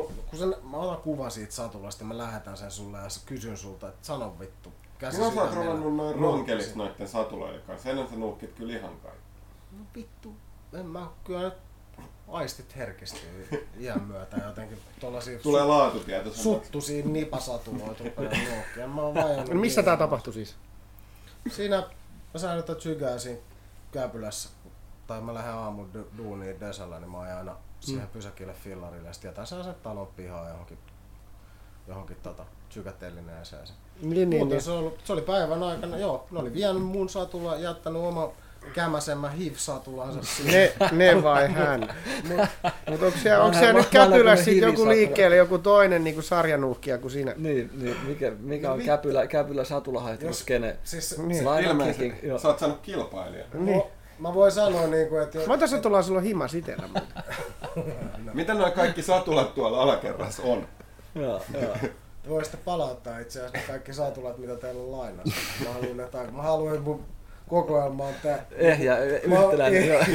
Mä otan kuvan siitä satulasta ja mä lähetän sen sulle ja kysyn sulta, että sano vittu. Sinä sä oot ruvennut noin ronkelit noitten satuloiden kanssa. Ennen sä nuuhkit kyllä ihan kaikki. No vittu. En mä kyllä nyt aistit herkistyy iän myötä jotenkin tollasia tulee laatutieto. Suttusia nipasatuloita rupeaa nuuhkia. Mä oon vajonnut. No missä tää tapahtui siis? Siinä mä säilytän sygää siinä Käpylässä. Tai mä lähden aamun duuniin Desalla, niin mä ajan aina siihen pysäkille fillarille ja sitten jätän sen talon pihaan johonkin sykätellineeseen. Muuten se oli päivän aikana, joo, ne oli vienyt mun satula, jättänyt oma kämäsemmä HIV-satulansa siihen. Ne vai hän? Mutta onko siellä nyt Käpylässä joku liikkeelle, joku toinen niin kuin sarjanuhkija kuin sinä? Niin mikä on Käpylä satulahaihtuskene? Siis, ilmeisesti sä oot saanut kilpailija. Niin. Mä voin sanoa, että... Mä otan satulaa sulla himas itellä muuten. Mitä nuo kaikki satulat tuolla alakerrassa on? Joo. Voi sitten palauttaa itse asiassa kaikki satulat, mitä teillä on lainassa. Mä haluan mun kokoelmaan tää... Yhtäläinen.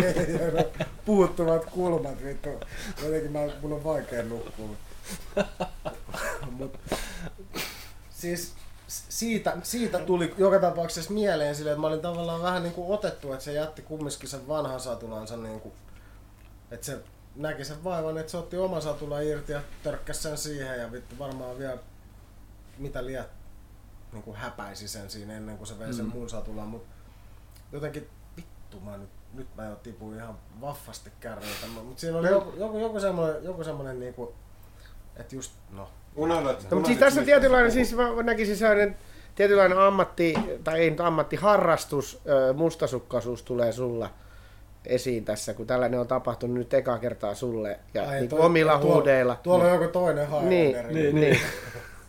Puuttuvat kulmat, vittu. Jotenkin mun on vaikea nukkua. Siis... Siitä tuli joka tapauksessa mieleen silleen, että mä olin tavallaan vähän niin kuin otettu, että se jätti kumminkin sen vanhan satulansa, niin kuin, että se näki sen vaivan, että se otti oman satulan irti ja törkkäsi sen siihen ja vittu varmaan vielä mitä liian niin kuin häpäisi sen siinä ennen kuin se vei sen mun satulan, mutta jotenkin vittu nyt mä jo tipuin ihan vaffasti kärryiltä, mutta siinä oli joku semmoinen niin kuin, että just mutta siis tässä on tietynlainen, siis mä näkisin sellainen tietynlainen ammatti, tai ei nyt ammattiharrastus, mustasukkaisuus tulee sulla esiin tässä, kun tällainen on tapahtunut nyt ekaa kertaa sulle ja niin omilla huudeilla. Tuolla on joku toinen Highlander. Niin.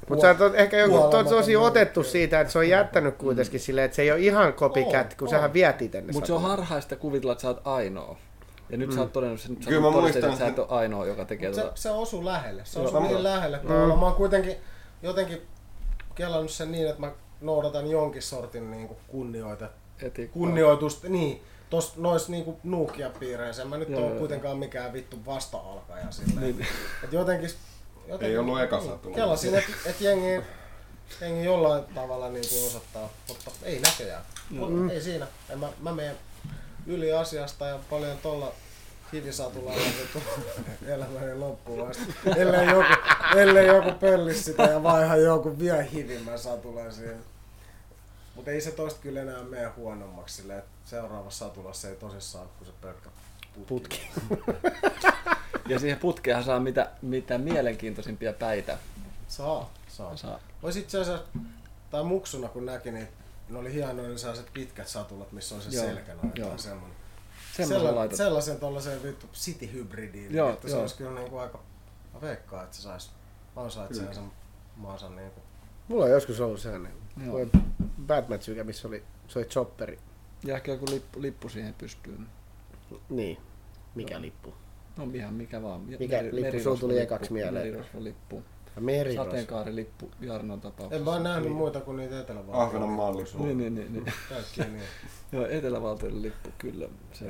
Mutta sä oot ehkä joku tosi otettu siitä, että se on jättänyt kuitenkin silleen, että se ei ole ihan copycat, kun sähän vietit tänne. Mutta se on harhaista kuvitella, että sä oot ainoa. Ja nyt sä oot todennut sen, että sä et ole ainoa, joka tekee se osuu lähelle. Se osuu niin lähelle. Mä oon kuitenkin jotenkin kelannut sen niin, että mä noudatan jonkin sortin niinku kunnioitusta. Niin. Nois niinku Nokia-piireissä. En mä nyt ole kuitenkaan mikään vittu vasta-alkaja silleen. Niin. Et jotenkin ei ollut eka satula. Kelasin, että jengi jollain tavalla niinku osoittaa, mutta ei näköjään. Ei siinä. Mä menen yli asiasta ja paljon tolla hivisatulalla elämäni loppuun vasta. Ellei joku pöllis sitä ja vaiha joku vielä hivimmän satulan siihen. Mutta ei se tosta kyllä enää mene huonommaksi silleen, että seuraavassa satulassa ei tosissaan kun se pelkkä putki. Ja siihen putkeenhan saa mitä mielenkiintoisimpia päitä. Saa. Vois itse asiassa, tai muksuna kun näki, niin ne oli hienoja ne sellaiset pitkät satulat, missä on se selkä noin semmoinen. Sellaisen tollasen vittu city-hybridiin, että se olisi kyllä niinku aika veikkaa, että se sais ansaitsee sen maansa niinku. Mulla on joskus ollut sellainen Batman-sykä, missä se oli chopperi. Ja ehkä joku lippu siihen pystyyn. Niin. Mikä lippu? No ihan mikä vaan. Mikä lippu sulla tuli ekaksi mieleen? Merirosvo-lippu. Sateenkaarilippu Jarnon tapauksessa. En vaan nähnyt muita kuin niitä Etelävaltojen. Ahvenanmaan lippu. Niin. Kaikkia niin. Joo, Etelävaltojen lippu, kyllä. Se.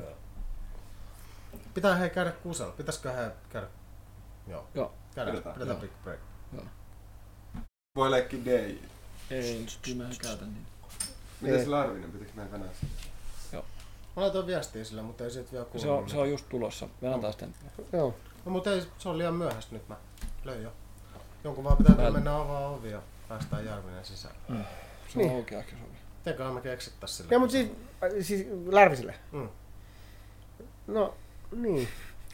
Pitää käydä kusella. Pitäisikö käydä? Joo. Pidetään big break. Joo. Voi leikki DJ. Ei, kyllä mä käytän niin. Miten sillä Arvinen? Pitikö näin venää sitä? Joo. Mä laitoin viestiä sille, mutta ei siitä vielä kuulu. Se on just tulossa. Venään taas tämän. Joo. No mutta ei, se on liian myöhäistä nyt. Mä löin jo. Jonkun vaan pitää mennä avaa ovi ja päästään Järvinen sisään. Se on oikeakin sovi. Teköhän me keksittais sille. Ja mut siis Lärviselle? No, niin.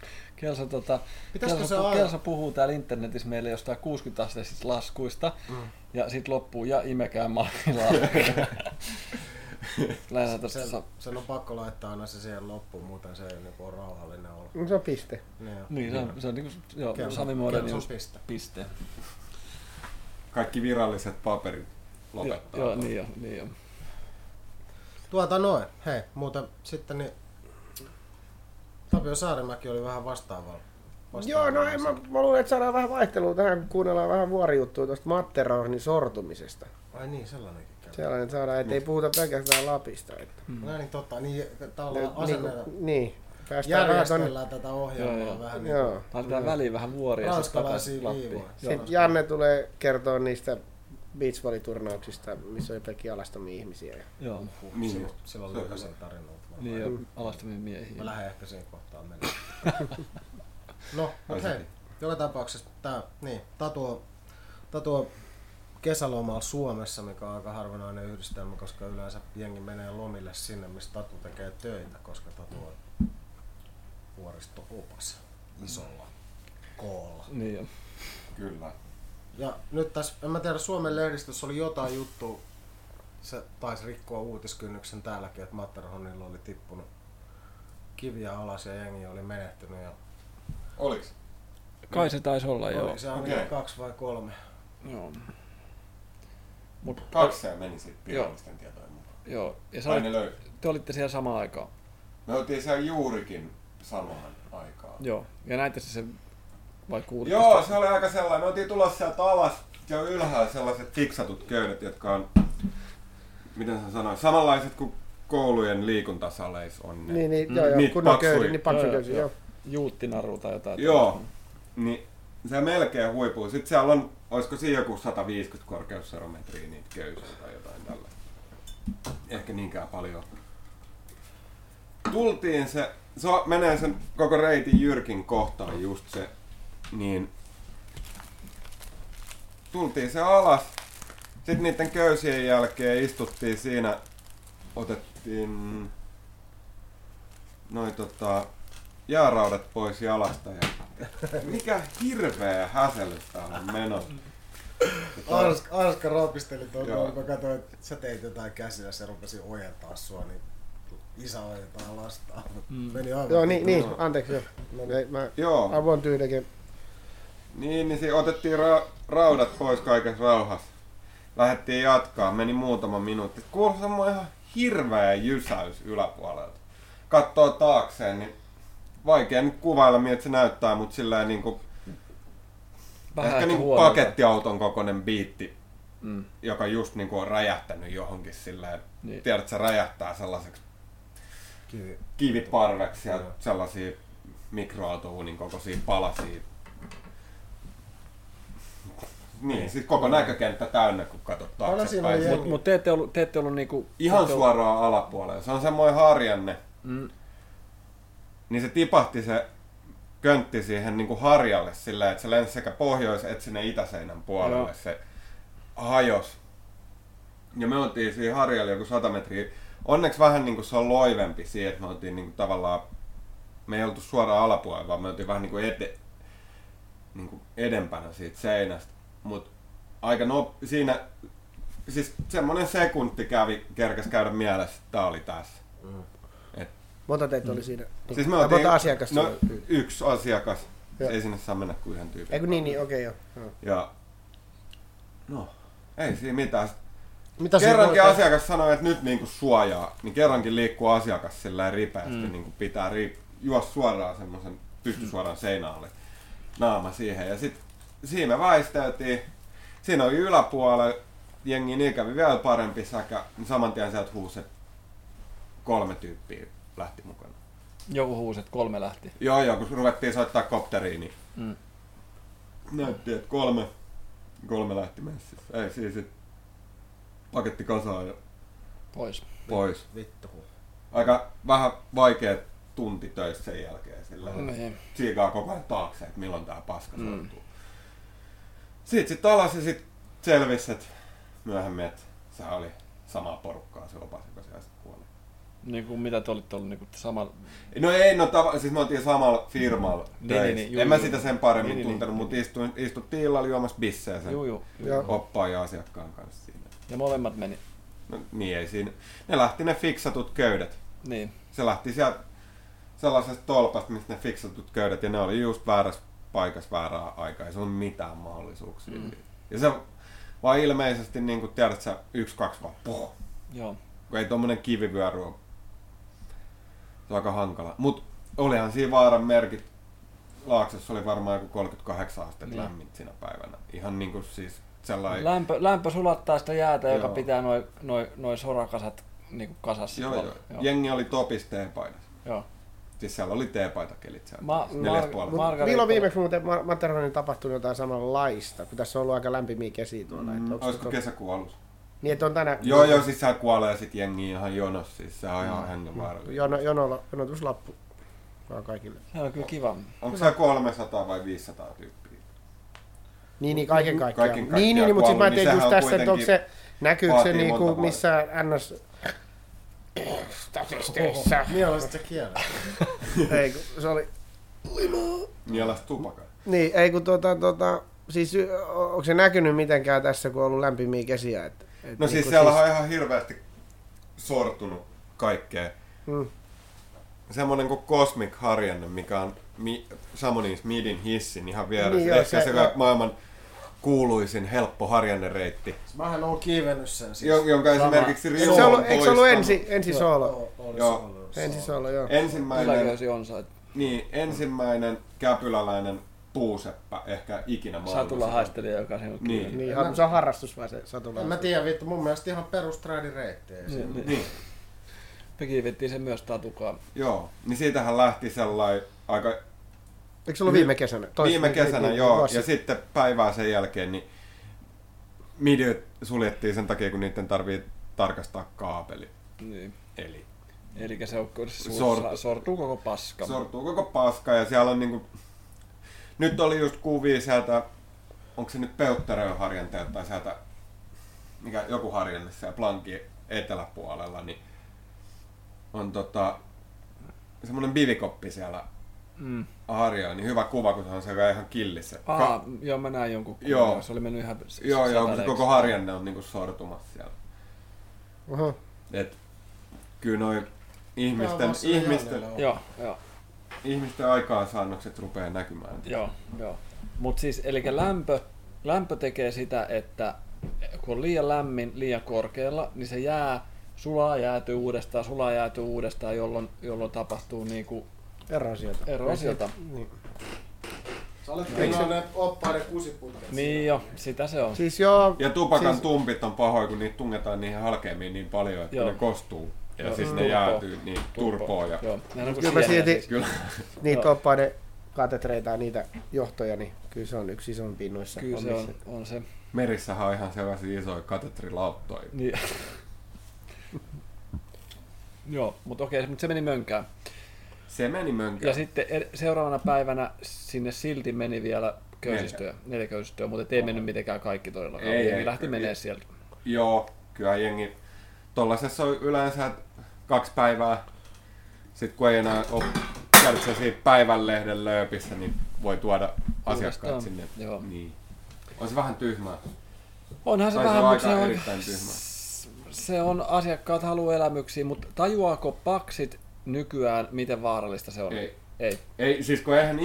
Kelsa puhuu täällä internetissä meille jostain 60-asteisista laskuista ja sit loppuu ja imekää mailaa. Sen on pakko laittaa aina se siihen loppuun, muuten se ei ole rauhallinen olla. Se on piste. Niin, se on niinku Sami Modernius piste. Kaikki viralliset paperit lopettaa. Joo, niin jo. Noin. Hei, muuten sitten niin Tapio Saarimäki oli vähän vastaavalla. Joo, no mä luulen, että saadaan vähän vaihtelua tähän, kun kuunnellaan vähän vuorijuttua tuosta Matterhornin sortumisesta. Ai niin, sellainenkin käy. Sellainen saadaan, ettei puhuta pelkästään Lapista. Että. No niin, totta. Niin, tavallaan asennella. Niin. Järjestellään tätä ohjelmaa vähän niin kuin. Laitetaan väliin vähän vuoria. Ranskalaisia viivoja. Sitten Janne tulee kertoa niistä beachvolley-turnauksista, missä oli pelkkiä alastomia ihmisiä. Joo. Silloin lyhkäisiä tarinoita. Niin, ja alastomia miehiä. Mä lähden ehkä siihen kohtaan mennä. No, mut hei. Joka tapauksessa tää, niin, Tatu on kesälomalla Suomessa, mikä on aika harvinainen yhdistelmä, koska yleensä jengi menee lomille sinne, missä Tatu tekee töitä, koska Tatu on vuoristo-opas isolla koolla. Niin jo. Kyllä. Ja nyt tässä, en mä tiedä, Suomen lehdistössä oli jotain juttua, se taisi rikkoa uutiskynnyksen täälläkin, että Matterhornilla oli tippunut kiviä alas ja jengi oli menehtynyt. Ja oliks? Kai se taisi olla, joo. Oliko se ainakin 2 vai 3? Joo. 2 meni sitten virallisten tietojen mukaan. Joo. Ja te olitte siellä samaan aikaan. Me oltiin siellä juurikin samaan aikaan. Joo. Ja näitte se vai kuulitte? Joo, se oli aika sellainen. Me oltiin tulossa sieltä alas ja ylhäällä sellaiset fiksatut köydet, jotka on, miten sä sanoit, samanlaiset kuin koulujen liikuntasaleissa on ne. Niin, joo, kunnon köydet, niin paksu köysi, joo. Juuttinaru tai jotain. Joo, niin se melkein huipuu. Sitten siellä on, olisiko siinä joku 150 korkeusserometriä niitä köysiä tai jotain tällä. Ehkä niinkään paljon. Tultiin se menee sen koko reitin Jyrkin kohtaan just se, niin tultiin se alas. Sitten niiden köysien jälkeen istuttiin siinä, otettiin noin jääraudat pois jalasta ja mikä hirveä häsellys täällä on menossa. Arska rapisteli tuon, kun katsoin, että sä teit jotain käsillä, se rupesi ojentaa sua, niin isä ojentaa lastaan. Meni aivan. Joo, niin, anteeksi joo. Mä avoin tyydekin Niin otettiin raudat pois kaikessa rauhassa. Lähdettiin jatkaa, meni muutama minuutti. Kuului semmoinen ihan hirveä jysäys yläpuolelta. Kattoo taakseen, niin vaikea nyt kuvailla, miltä se näyttää, mutta silleen niinku ehkä niinku pakettiauton kokoinen biitti, joka just niinku on räjähtänyt johonkin silleen. Niin. Tiedät, että se räjähtää sellaiseksi kiviparveksi ja sellaisia mikroaaltouunin kokoisia palasia. Niin, siis koko näkökenttä täynnä, kun katsot taaksepäin. Mutta te ette ollut niinku... Ihan suoraan alapuolella. Se on semmoinen harjanne. Niin se tipahti se köntti siihen niinku harjalle silleen, että se lensi sekä pohjois- että sinne itäseinän puolelle. Se hajos. Ja me oltiin siinä harjalla joku 100 metriä. Onneksi vähän niinku se on loivempi siihen, että me oltiin niinku tavallaan... Me ei oltu suoraan alapuolella, vaan me oltiin vähän niinku edempänä siitä seinästä. Mut aika siinä... Siis semmonen sekunti kerkäs käydä mielessä, että tää oli tässä. Monta teitä oli siinä? Siis me oltiin, monta asiakasta? No, yksi asiakas. Ei sinne saa mennä kuin yhden tyypin. Eikö niin, okei joo. Ja no, ei siinä mitään. Kerrankin asiakas sanoi, että nyt niinku suojaa, niin kerrankin liikkuu asiakas sillä ripeästi, niinku pitää juosta suoraan semmoisen pystysuoran seinälle naama siihen. Ja sit siinä me väisteltiin. Siinä oli yläpuolella jengi niin kävi vielä parempi säkä, niin saman tien sieltä huusi, 3 tyyppiä lähti mukana. Joku huusi, että 3 lähti. Joo, kun ruvettiin soittaa kopteriin, niin näytti, että 3 lähti messissä. Ei siis paketti kasaan ja pois. Vittu. Aika vähän vaikea tunti töissä sen jälkeen. Sillä siikaa koko ajan taakse, että milloin tää paska sortuu. Sit alas ja sit selvisi, että myöhemmin, että se oli samaa porukkaa se opas, joka siellä sitten kuoli. Niin kuin mitä te olitte ollut niin samalla... No ei, siis me oltiin samalla firmalla töissä. En mä sitä sen paremmin tuntenut, mutta istuttiin illalla juomassa bissejä sen oppaan ja asiakkaan kanssa siinä. Ja molemmat meni. No niin ei siinä. Ne lähti ne fiksatut köydet. Niin. Se lähti sieltä sellaisesta tolpasta, mistä ne fiksatut köydet, ja ne oli just väärässä paikassa väärää aikaa. Ei se ollut mitään mahdollisuuksia. Ja se vaan ilmeisesti, niin kuin tiedät sä, 1-2 vaan poh. Joo. Kun ei tommonen kivivyöry ole. Se on aika hankala. Mut olihan siinä vaaran merkit. Laaksossa oli varmaan joku 38 astetta lämmintä siinä päivänä. Ihan niinku siis sellainen... Lämpö sulattaa sitä jäätä, joka pitää noi sorakasat niinku kasassa. Joo. Jengi oli topis teepaidassa. Joo. Siis siellä oli teepaitakelit siellä. Milloin viimeksi muuten Matterhornin tapahtunut jotain samanlaista, kun tässä on ollut aika lämpimiä kesiä tuolla. Olisiko kesäkuun alussa? Niin, että on tänä... Joo, siis sehän kuolee sit jengi ihan jonossa, siis se on ihan hengenvaarallinen. Jonotuslappu vaan kaikille. Se on kyllä kiva. Onko se 300 vai 500 tyyppiä? Niin, kaiken kaikkiaan. Niin, mutta sit mä tein just tässä, että onko se, näkyykö se niinku missään NS... statisteissa. Mielestä kielä. Ei, se oli... Mielestä tupakaa. Niin, ei kun siis onko se näkynyt mitenkään tässä, kun on ollut lämpimiä kesiä? No siis siellä on ihan hirveästi sortunut kaikkea. Semmoinen kuin Cosmic harjanne, mikä on Chamonix Midin hissin ihan vieressä. Niin, ehkä se maailman kuuluisin helppo harjannereitti. Mähän oon kiivennyt sen siis. Jonka esimerkiksi Rio on poistanut. Eikö se ollut ensi soolo? Joo. Ensi soolo, joo. Ensimmäinen käpyläläinen puuseppä ehkä ikinä maailmassa. Satulahaistelija, joka sen on kiinni. Niin, se on harrastus vai se satula? En mä tiedä, vittu, mun mielestä ihan perusträdireittejä. Niin. Me kiivettiin sen myös Tatukaan. Joo, niin siitähän lähti sellainen aika... Eikö se ollut viime kesänä? Viime kesänä, joo. Ja sitten päivää sen jälkeen, niin midiot suljettiin sen takia, kun niiden tarvii tarkastaa kaapeli. Niin. Eli se sortuu koko paska. Sortuu koko paska ja siellä on niinku... Nyt oli just kuvia sieltä, onko se nyt Peuttereon harjanteelta tai sieltä, mikä joku harjanne siellä Plankin eteläpuolella, niin on semmonen bivikoppi siellä harjoilla, niin hyvä kuva, kun se on siellä ihan killissä. Joo, mä näin jonkun kuvan, se oli mennyt ihan Joo, kun se koko harjanne on niinku sortumassa siellä. Oho. Et kyllä noi ihmisten... Joo. ihmisten aikaansaannokset rupeaa näkymään. Joo. Mutta siis, eli lämpö tekee sitä, että kun on liian lämmin, liian korkealla, niin se sulaa jäätyy uudestaan, jolloin tapahtuu niinku erosiota. Niin. Sä olet ne oppaiden kusiputket. Niin jo, sitä se on. Siis joo, Ja tupakan tumpit on pahoja, kun niitä tungetaan niihin halkeamiin niin paljon, että ne kostuu. Ja siis ne jäätyy niin turpoon. Kyllä mä silti niitä oppaiden katetreita ja niitä johtoja, niin kyllä se on yksi isompia noissa. Kyllä se on se. Merissähän on ihan sellaisia isoja katetrilauttoja. Niin. Joo, mutta okei, se meni mönkään. Se meni mönkään. Ja sitten seuraavana päivänä sinne silti meni vielä 4 köysistöä, mutta ei mennyt mitenkään kaikki todellakaan. Jengi lähti menee sieltä. Joo, kyllä jengi. Tollasessa on yleensä 2 päivää. Sitten kun ei enää ole käytössä siinä päivänlehden lööpissä, niin voi tuoda asiakkaat sinne. Joo. Niin. On se vähän tyhmää. Onhan se Tai vähän, mutta erittäin tyhmää. Se on, asiakkaat haluaa elämyksiä, mutta tajuaako paksit nykyään, miten vaarallista se on? Ei, siis kun eihän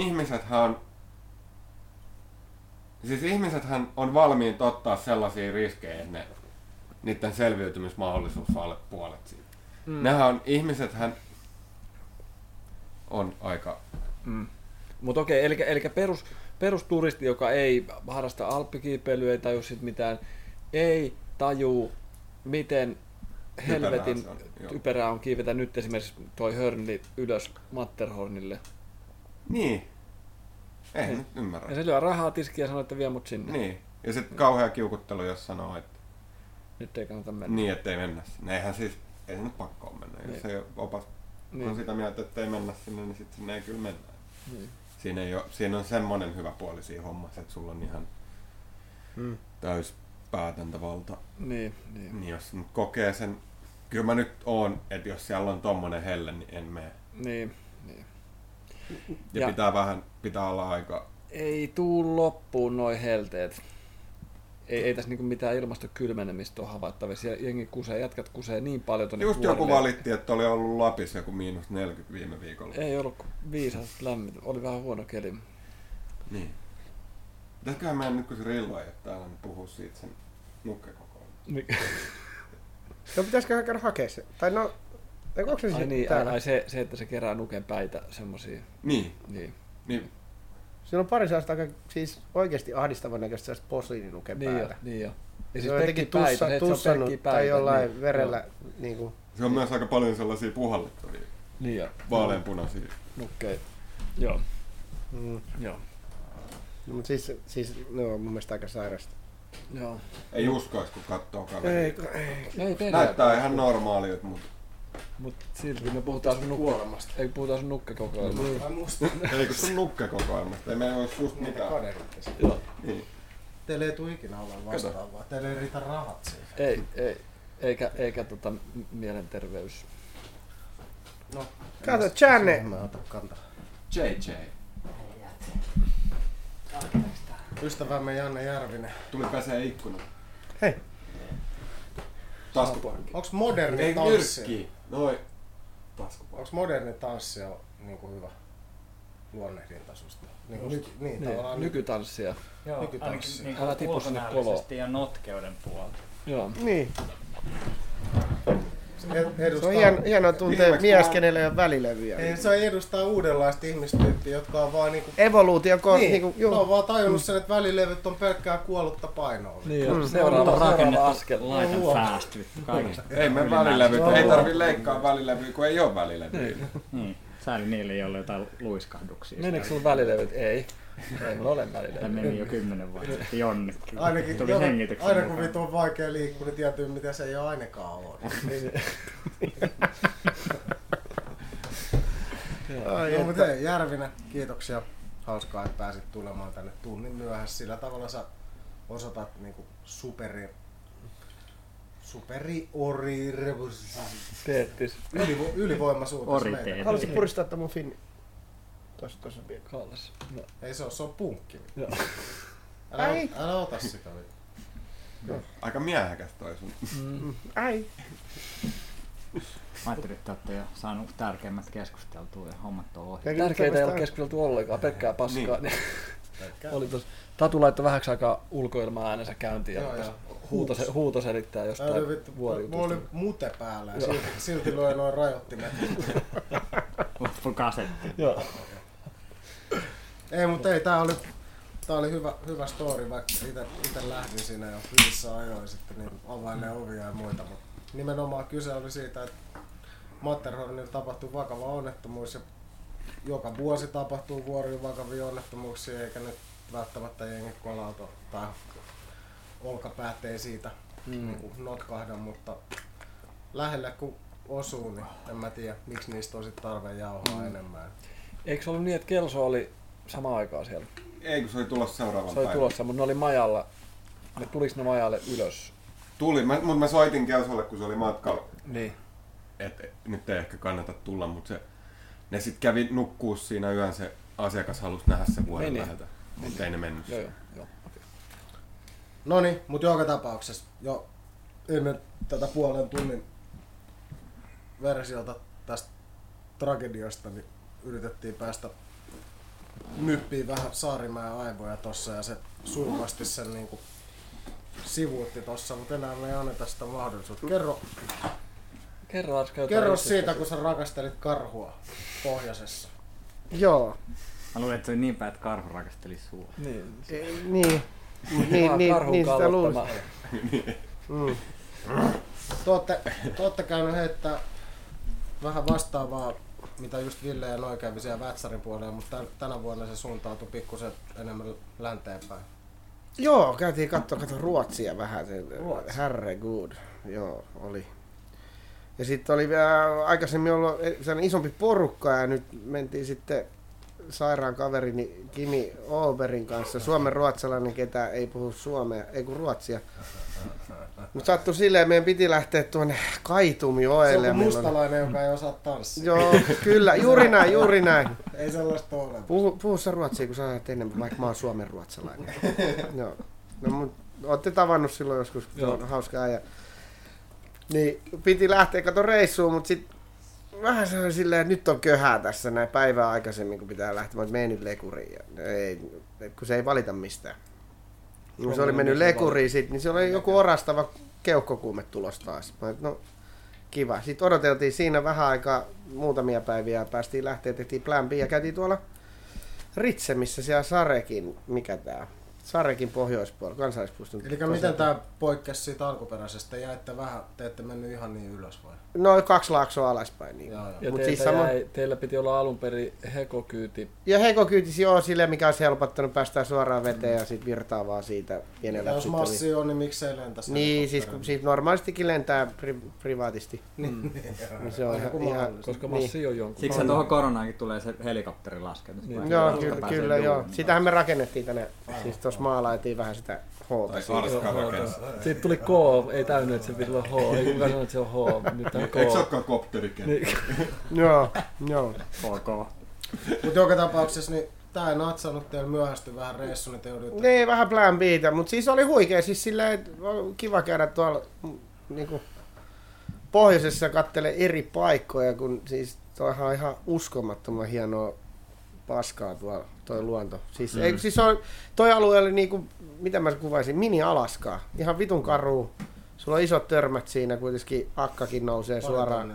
ihmisethän on valmiit ottaa sellaisia riskejä, että niiden selviytymismahdollisuus on alle puolet siitä. Ihmisethän on aika... Mutta okei, eli perusturisti, joka ei harrasta alppikiipeilyä, ei taju sit mitään, ei taju, miten helvetin typerää on kiivetä nyt esimerkiksi toi hörnli ylös Matterhornille. Niin. Ei nyt ymmärrä. Ja se lyö rahaa tiskiä ja sanoo, että vie mut sinne. Niin. Ja sitten kauhea kiukuttelu, jos sanoo, että... Nyt ei kannata mennä. Niin, ettei mennä sinne. Ei se nyt pakko ole mennä. Jos ei opas on sitä mieltä, että ei mennä sinne, niin sitten sinne ei kyllä mennä. Niin. Siinä on semmoinen hyvä puoli siinä hommassa, että sulla on ihan täys päätäntävalta. Niin. Jos nyt kokee sen, kyllä mä nyt oon, että jos siellä on tommonen helle, niin en mene. Niin. Ja pitää olla aika... Ei tuu loppuun noi helteet. Ei tässä niinku mitään ilmastokylmenemistä ole havaittavissa. Jätkät kusee niin paljon tonne just vuorille. Joku valitti, että oli ollut Lapissa joku -40 viime viikolla. Ei ollut viisasta lämmin. Oli vähän huono keli. Niin. Pitäisiköhän meidän nyt kun se Rillo ei ole täällä, niin puhua siitä sen nukkekokoelmasta. No pitäisiköhän käydä hakea se? Tai no, onko se täällä? Se, että se kerää nuken päitä semmosia. Niin. Siinä on pari sellaista aika siis oikeasti ahdistavan näköistä sellaista posliininuken päätä. Niin jo. Ja se on jotenkin tussannut tai jollain verellä. Niin. Se on myös aika paljon sellaisia puhallettavia. Niin jo. Vaaleanpunaisia. Nukkeita. Joo. No, mutta siis ne on mun mielestä aika sairasta. Joo. Ei uskoisi, kun katsoo kaveria. Ei näyttää ihan normaalilta, mutta silti me puhutaan sun kuolemasta. Ei puhutaan sun nukkekokoelmasta. Ei kun sun nukkekokoelmasta. Ei meillä ole susta mitään. Joo. Niin. Teille ei tule ikinä olla vastaavaa. Teille ei riitä rahat siihen. Ei. Eikä mielenterveys. No. Kato, Channe! Mä otan kantaa. JJ. Ystävämme Janne Järvinen. Tuli pesee ikkunan. Hei. Taskupankki. Onks moderni ei tanssi? Ei Noi. Taskupankki. Onks moderni tanssi niinku hyvä luonnehdinta susta? Niin, tavallaan nykytanssia. Joo, nykytanssi. Niin Älä tipu sinne koloon. ja notkeuden puolta. Joo. Niin. Se on hienoa tuntea mies, kenellä ei ole välilevyjä. Ei, se edustaa uudenlaista ihmistyyppiä, jotka on vaan niinku... Evoluutio. Ne on vaan tajunnut sen, että välilevyt on pelkkää kuollutta painoa. Niin, seuraava askel. Light and fast. Ei me välilevyt. Ei tarvi leikkaa välilevyä, kun ei ole välilevyä. Niin. Sääli niille ei ole jotain luiskahduksia. Menikö sulla välilevyt? Ei mulla ole välilevyt. Tämä meni jo 10 vuotta sitten jonnekin. Ainakin, tuli hengityksen aina kun mukaan. vittu on vaikea liikkua, niin tietää mitä se ei ole ainakaan ole. No mutta hei, Järvinen, kiitoksia. Hauskaa, että pääsit tulemaan tänne tunnin myöhässä. Sillä tavalla sä osoitat niinku ylivoimaisuutta. Haluaisit puristaa tämän mun finni? Tuossa pieni. Kallas. No. Ei se on punkki. Älä ota sitä. Aika miehekäs toi sun. Ai. ajattelin, että olette jo saanut tärkeimmät keskusteltua ja hommat on ohi. Tärkeitä ei ole keskusteltu ollenkaan, pelkkää paskaa. Niin. Oli Tatu laittoi vähäksi aikaa ulkoilmaa äänensä käyntiin ja huuto selittää jostain vuorijutusta. Mulla oli mute päällä ja silti loi noin rajoittimet. Loppu kasetti. Joo. Ei, mutta ei, tää oli hyvä story, vaikka itse lähdin siinä jo hyvissä ajoin sitten niin availee ovia ja muita. Mutta nimenomaan kyse oli siitä, että Matterhornilla tapahtui vakava onnettomuus ja joka vuosi tapahtuu vuoriin vakavia onnettomuuksia, eikä nyt välttämättä jengi kolauta tai olkapäät ei siitä niin notkahda, mutta lähelle kun osuu, niin en mä tiedä, miksi niistä olisi tarve jauhaa enemmän. Eikö se ollut niin, että Kelso oli samaan aikaan siellä? Ei, kun se oli tulossa seuraavan Se oli tulossa, mutta ne oli majalla. Tuliko ne majalle ylös? Tuli, mutta mä soitin Kelsolle, kun se oli matkalla. Niin. Et nyt ei ehkä kannata tulla, mutta ne sitten kävi nukkuu siinä yön, se asiakas halusi nähdä sen vuoden läheltä. Mutta ei ne mennyt. Joo, okay. Noniin, mutta joka tapauksessa jo ennen tätä puolen tunnin versiota tästä tragediasta niin yritettiin päästä nyppiin vähän Saarimäen aivoja tossa ja se surmasti sen niinku sivuutti tossa, mutta enää me ei anneta sitä mahdollisuutta. Kerro siitä, kun sä rakastelit karhua pohjoisessa. Joo. Mä luulen, että se oli niin päin, että karhu rakasteli sua. Niin sitä luulisi. Te ootte käynyt heittää vähän vastaavaa, mitä just Ville ja Noi kävi siellä Vätsärin puolella, mutta tänä vuonna se suuntautui pikkusen enemmän länteen päin. Joo, käytiin katsoa Ruotsia vähän. Herregud. Joo, oli. Ja sitten oli vielä aikaisemmin ollut sellainen isompi porukka ja nyt mentiin sitten sairaan kaverini Kimi Oberin kanssa, suomen ruotsalainen, ketä ei puhu suomea, ei kun ruotsia. Mutta sattui silleen, meidän piti lähteä tuonne Kaitumjoelle. Se on mustalainen, joka ei osaa tanssia. Joo, kyllä, juuri näin. Ei sellaista ole. Puhu sä ruotsia, kun sä olet enemmän, vaikka mä oon suomen ruotsalainen. Joo. No, mutta ootte tavannut silloin joskus, se on hauska äijä. Niin piti lähteä reissuun, mutta sitten vähän se oli silleen, että nyt on köhää tässä näin päivää aikaisemmin, kun pitää lähteä, mutta menen nyt lekuriin. Ja kun se ei valita mistään. Kun se oli mennyt lekuriin, niin se oli joku orastava keuhkokuume tulos taas. No kiva. Sitten odoteltiin siinä vähän aikaa, muutamia päiviä, ja päästiin lähteä, tehtiin plan B ja käytiin tuolla Ritsemissä siellä Sarekin, mikä tää? Sarekin pohjoispuolella, kansallispuiston. Eli miten tämä poikkesi siitä alkuperäisestä? Te ette mennyt ihan niin ylös vai? No 2 laaksoa alaspäin. Niin. Ja teillä piti olla alun perin hekokyyti. Ja hekokyyti joo, silleen mikä olisi helpottanut, päästään suoraan veteen ja sitten virtaa vaan siitä pienellä. Ja jos massi on, niin miksei lentäisi? Niin, siis kun siitä normaalistikin lentää privaatisti. Niin se on ihan koska massi on jonkun. Siksi tuohon koronaankin tulee se helikopterilasketus. Joo, kyllä joo. Sitähän me rakennettiin tänne. Siis tuossa maalaitiin vähän sitä H. Siitä tuli K, ei täynnä, että se piti olla H. Ei kukaan sano, että se on H. Nyt on K. Eikö se olekaan kopterikenttä? Joo. OK. Mutta joka tapauksessa niin tää ei natsannut teillä myöhästy vähän reissu, niin te jouduitte. Niin, vähän plan B:tä, mutta siis oli huikea. Siis silleen, että oli kiva käydä tuolla niinku pohjoisessa katsele eri paikkoja, kun siis toihan on ihan uskomattoman hienoa paskaa tuolla toi luonto. Siis, siis toi alue oli niinku, mitä mä kuvaisin, mini-Alaskaa. Ihan vitun karuu. Sulla on isot törmät siinä, kuitenkin akkakin nousee suoraan.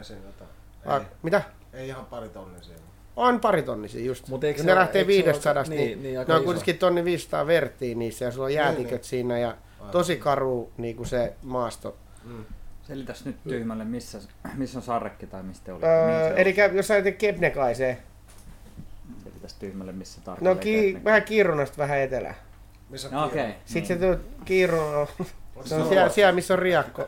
Mitä? Ei ihan pari tonnia siinä. On pari tonnisia just. Ne lähtee 500, niin ne on kuitenkin 1500 verttiin niissä ja sulla on jäätiköt siinä ja tosi karu niinku se maasto. Selitäs nyt tyhmälle, missä on Sarrekki tai mistä te olitte? Eli jos sä ajattelet Kebnekaiseen. Selitäs tyhmälle, missä tarkalleen No vähän Kiirunasta vähän etelään. Missä on Kiiruna? Sitten se Kiiruna, se on siellä missä on Riakko.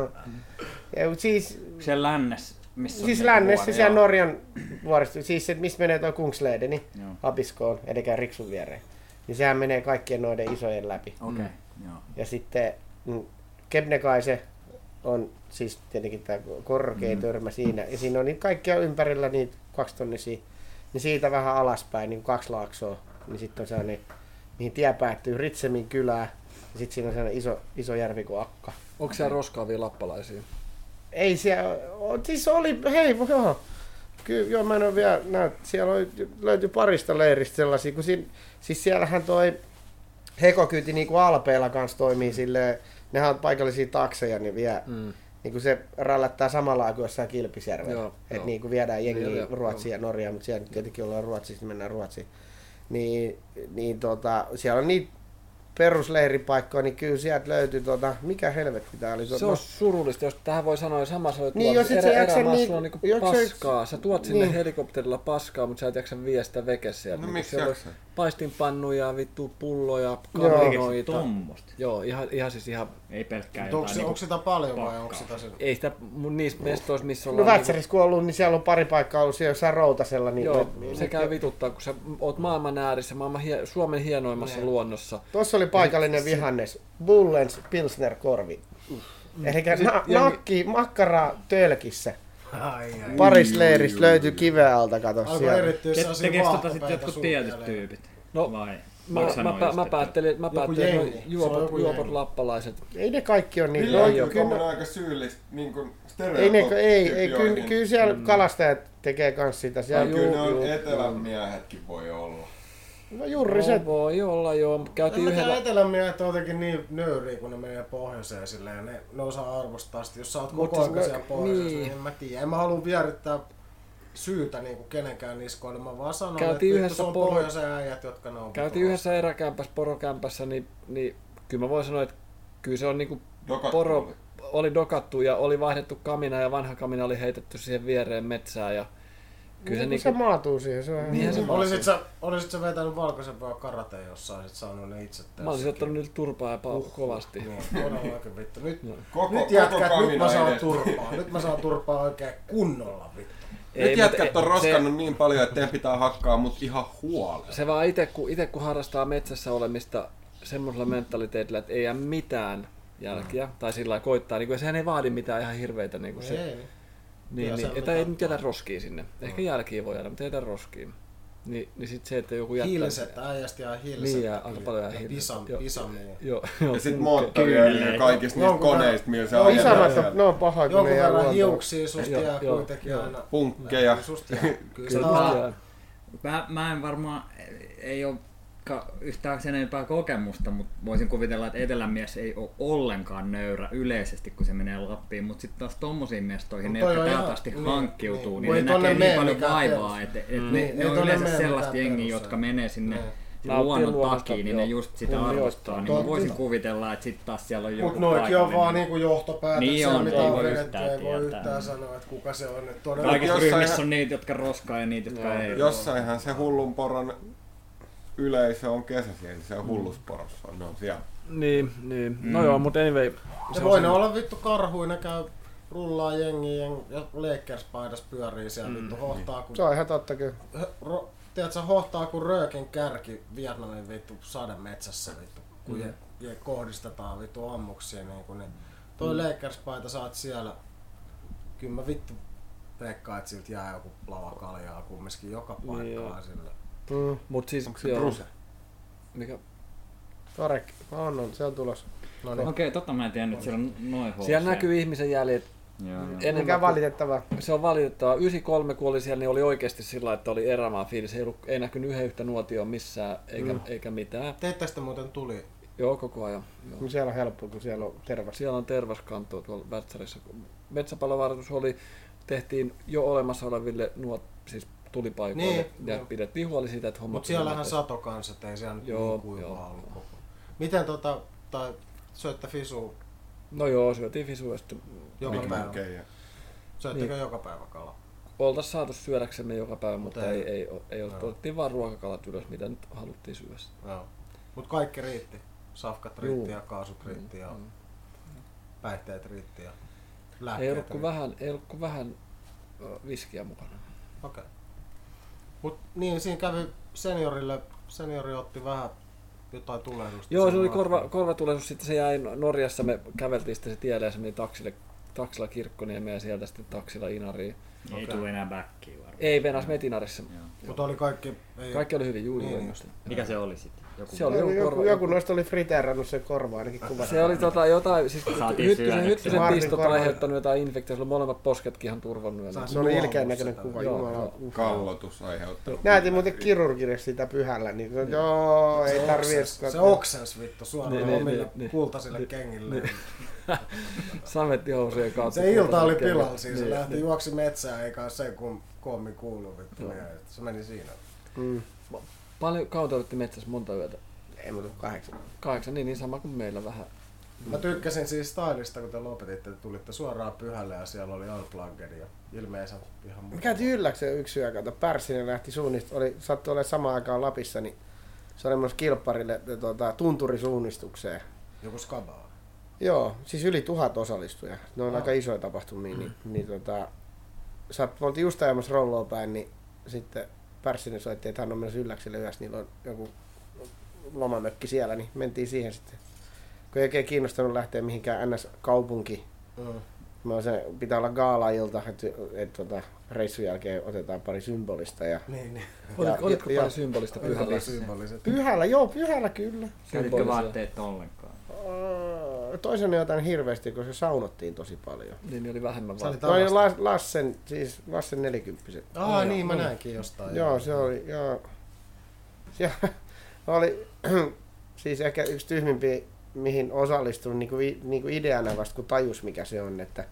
Siis siellä lännessä. Siis lännessä siellä Norjan vuoristo, siis se missä menee tuo Kungsledeni, Abiskoon, eli Riksun viereen. Niin sehän menee kaikkien noiden isojen läpi. Okay. Ja sitten Kebnekaise on siis tietenkin tämä korkea törmä siinä. Ja siinä on niitä kaikkia ympärillä niitä 2 tonnisia. Niin siitä vähän alaspäin, niin 2 laaksoa. Niin sitten on sellainen, mihin tie päättyy Ritsemin kylään. Ja sitten siinä on sellainen iso järvi kuin Akka. Onko siellä roskaavia lappalaisia? Ei siellä, siis oli, hei, joo. Kyllä, joo, mä en ole vielä siellä löytyi parista leiristä sellaisia, kun siis siellähän toi hekokyyti niinku Alpeilla kanssa toimii silleen, nehän on paikallisia takseja, niin vie, niinku se rallattaa samalla kuin jossain Kilpisjärvellä, että niinku viedään jengiä Ruotsiin ja Norjaan, mutta siellä tietenkin ollaan Ruotsissa, niin mennään Ruotsiin. Niin siellä on niitä perusleiripaikkoja, niin kyllä sieltä löytyy, mikä helvetti tää oli. Se on surullista, jos tähän voi sanoa samassa, että niin, erämaassa on niinku paskaa. Sä tuot sinne helikopterilla paskaa, mutta sä et jaksa viedä sitä vekes sieltä. No miksi jaksa? Paistinpannuja, vittu pulloja, kanoita. Tommosta. Joo, ihan siis ihan... Ei pelkkää onko sitä paljon vai onko sitä sen? Ei sitä niissä mestoissa, missä ollaan... No Vätsärissä kun on ollut, niin siellä on pari paikkaa ollut siellä jossain Routasella. Niin joo, se käy vituttaa, kun sä oot maailman äärissä, Suomen hienoimmassa luonnossa. Tuossa oli paikallinen vihannes, Bullens Pilsner korvi. Eli nakki, makkaraa tölkissä. Paris leiristä löytyy kiveä alta, kato siellä. Tekeekö tota sitten jotkut tietyt tyypit? No, vai? Mä päättelin, että juopot lappalaiset. Ei ne kaikki on niin. Kyllä on aika syyllistä niin stereotyyppioihin. Kyllä siellä kalastajat tekee kans sitä. Kyllä ne on etelän miehetkin voi olla. No Jurriset. Voi olla, joo. Käytiin yhdellä... Etelän miehet on jotenkin niin nöyriä, kun ne menee pohjoiseen silleen, ja ne osaa arvostaa sitä. Jos sä oot koko ajan siellä pohjoisessa, niin en mä tiedä. En mä halua vierittää syytä niinku kenenkään niskoille, mä vaan sanon, että se on pohjoisen äijät, jotka ne on. Käytiin yhdessä eräkämpässä, porokämpässä, niin kyllä mä voin sanoa, että kyllä se on niinku poro oli dokattu ja oli vaihdettu kamina ja vanha kamina oli heitetty siihen viereen metsään ja kyllä se maatuu siihen, se on ihan Olisit sä vetänyt valkoisen vaan karateen, jos sä olisit saanut ne itse tässä? Mä olisin ottanut niiltä turpaa ja kovasti. Todellakin vittu. Nyt jätkät, nyt mä saan turpaa oikein kunnolla vittu. Nyt jätkät on roskannut niin paljon, että teidän pitää hakkaa mut ihan huolella. Se vaan ite kun harrastaa metsässä olemista semmoisella mentaliteetillä, että ei jää mitään jälkiä, tai sillä lailla koittaa, niin sehän ei vaadi mitään ihan hirveitä. Niin se, että ei nyt jätä roskiin sinne. Ehkä jälkiä voi jäädä, mutta ei jätä roskiin. Niin sit se, että joku jättää... Hilset, äijästi ja hilset. Niin, aika paljon jää hilset. Pisamia. Ja sit moottoriöljyä kaikista niistä koneista, millä se ajetaan. Ne on paha, kun jonkun verran hiuksia susta jää kuitenkin aina. Punkkeja. Mä en varmaan, ei ole yhtään sen enempää kokemusta, mutta voisin kuvitella, että etelämies ei ole ollenkaan nöyrä yleisesti, kun se menee Lappiin, mutta sitten taas tommosiin mestoihin, ne jotka täältä asti hankkiutuu, niin ne näkee niin paljon vaivaa, että ne on yleensä sellaista jengiä, jotka menee sinne luonnon takia, niin ne just sitä arvostaa, niin mä voisin kuvitella, että sitten taas siellä on joku paikallinen. Mutta noikin on vaan niinku johtopäätöksiä, niin mitä on vedetty, ei voi yhtään sanoa, että kuka se on. Kaikissa ryhmissä on niitä, jotka roskaa ja niitä, jotka ei. Jossainhan se hullunporon yleisö on kesäsi, eli se on hullusporossa, ne on siellä. Niin. No joo, mutta anyway. Se voi olla vittu karhuja, ne käy rullaa jengiä ja Lakers-paidassa pyörii siellä vittu hohtaa. Kun... Se on ihan totta kyllä. Tiedätkö, hohtaa kuin röökin kärki Vietnamin vittu sademetsässä vittu, kun kohdistetaan vittu ammuksia niin toi Lakers-paita saat siellä. Kyllä mä vittu veikkaan, että siltä jää joku lava kaljaa kumminkin joka paikkaan sillä. Mut siis onko se Bruse? Mikä? Torek, se on tulossa. Okei, totta mä en tiennyt, että siellä on noin HC. Siellä näkyy ihmisen jäljet. Mikä valitettavaa? Se on valitettavaa. 93 kun oli siellä, niin oli oikeasti sillä, että oli erämaa fiilis. Ei näkynyt yhtä nuotioon missään, eikä mitään. Teettäistä muuten tuli? Joo, koko ajan. Joo. Siellä on helppo, kun siellä on tervas. Siellä on tervaskantoa tuolla Värtsärissa. Metsäpalovaroitus tehtiin jo olemassa oleville siis tulipaikoille ja pidettiin huoli siitä, että hommat... Mutta siellähän sato kanssa, ettei siellä nyt niin kuivaa ollut koko. Miten tai syötte fisua? No joo, syötiin fisua sitten joka päivä. Syöttekö joka päivä kalaa? Oltais saatu syödäksemme joka päivä, mutta ei otettiin vaan ruokakalat ylös, mitä nyt haluttiin syödä. Joo. Mut kaikki riitti. Safkat riitti ja kaasut riitti ja päihteet riitti ja lääkkeet ei ollut kuin vähän viskiä mukana. Okei. Mut niin, siinä kävi seniori otti vähän jotain tulehdusta. Joo, se oli korvatulehdus, sitten se jäi Norjassa, me käveltiin sitten se tielle ja se meni taksilla Kirkkoniemeen ja sieltä sitten taksilla Inariin. Ei tule enää backia varmaan. Ei Venas Metinarissa. Mutta oli kaikki... Kaikki oli hyvin, Mikä se oli sitten? Se oli joku noista oli friteerannut sen korvaa ainakin kuvassa. Se oli jotain, siis Hyttysen pistot aiheuttanut jotain infektiota, se oli molemmat posketkin ihan turvonnut. Se oli ilkeän näköinen kuva, jumala. Kallotus aiheuttanut. Näytin muuten kirurgille sitä pyhällä, niin joo, ei tarvii. Se oksens vittu suoraan omille kultaisille kengille. Samettihousujen kautta. Se ilta oli pilalla siinä, se lähti juoksi metsään, eikä se kun kommi kuuluu vittu. Se meni siinä. Paljon kauan olitte metsässä, monta yötä? Ei muuta 8. 8, niin sama kuin meillä vähän. Mä tykkäsin siis stylista, kun te lopetitte, että tulitte suoraan pyhälle ja siellä oli Unplugged ja ilmeensä ihan muuta. Me käytiin Ylläksen yksi yö, kato Pärssinen lähti sattui olemaan samaan aikaan Lapissa, niin se oli myös kilpparille tunturisuunnistukseen. Joku skabaa? Joo, siis yli 1000 osallistujaa. Ne on aika isoja tapahtumia, me oltiin just ajamassa rolloa päin, niin sitten Pärssinen soitti, että hän on menossa Ylläkselle yössä, niillä on joku lomamökki siellä, niin mentiin siihen sitten. Kun ei oikein kiinnostanut lähteä mihinkään NS-kaupunkiin. Pitää olla gaala-ilta, että reissun jälkeen otetaan pari symbolista. Olitko pari symbolista pyhällä? Pyhällä kyllä. Käytitkö vaatteet ollenkaan? Toisen jotain hirveästi, koska saunottiin tosi paljon. Niin oli vähemmän vaatteita. Lassen 40. Niin mä näinkin jostain. Joo, se oli, joo. Se oli siis ehkä yksi tyhmimpiä, mihin osallistuin niinku ideana vasta kun tajus mikä se on, että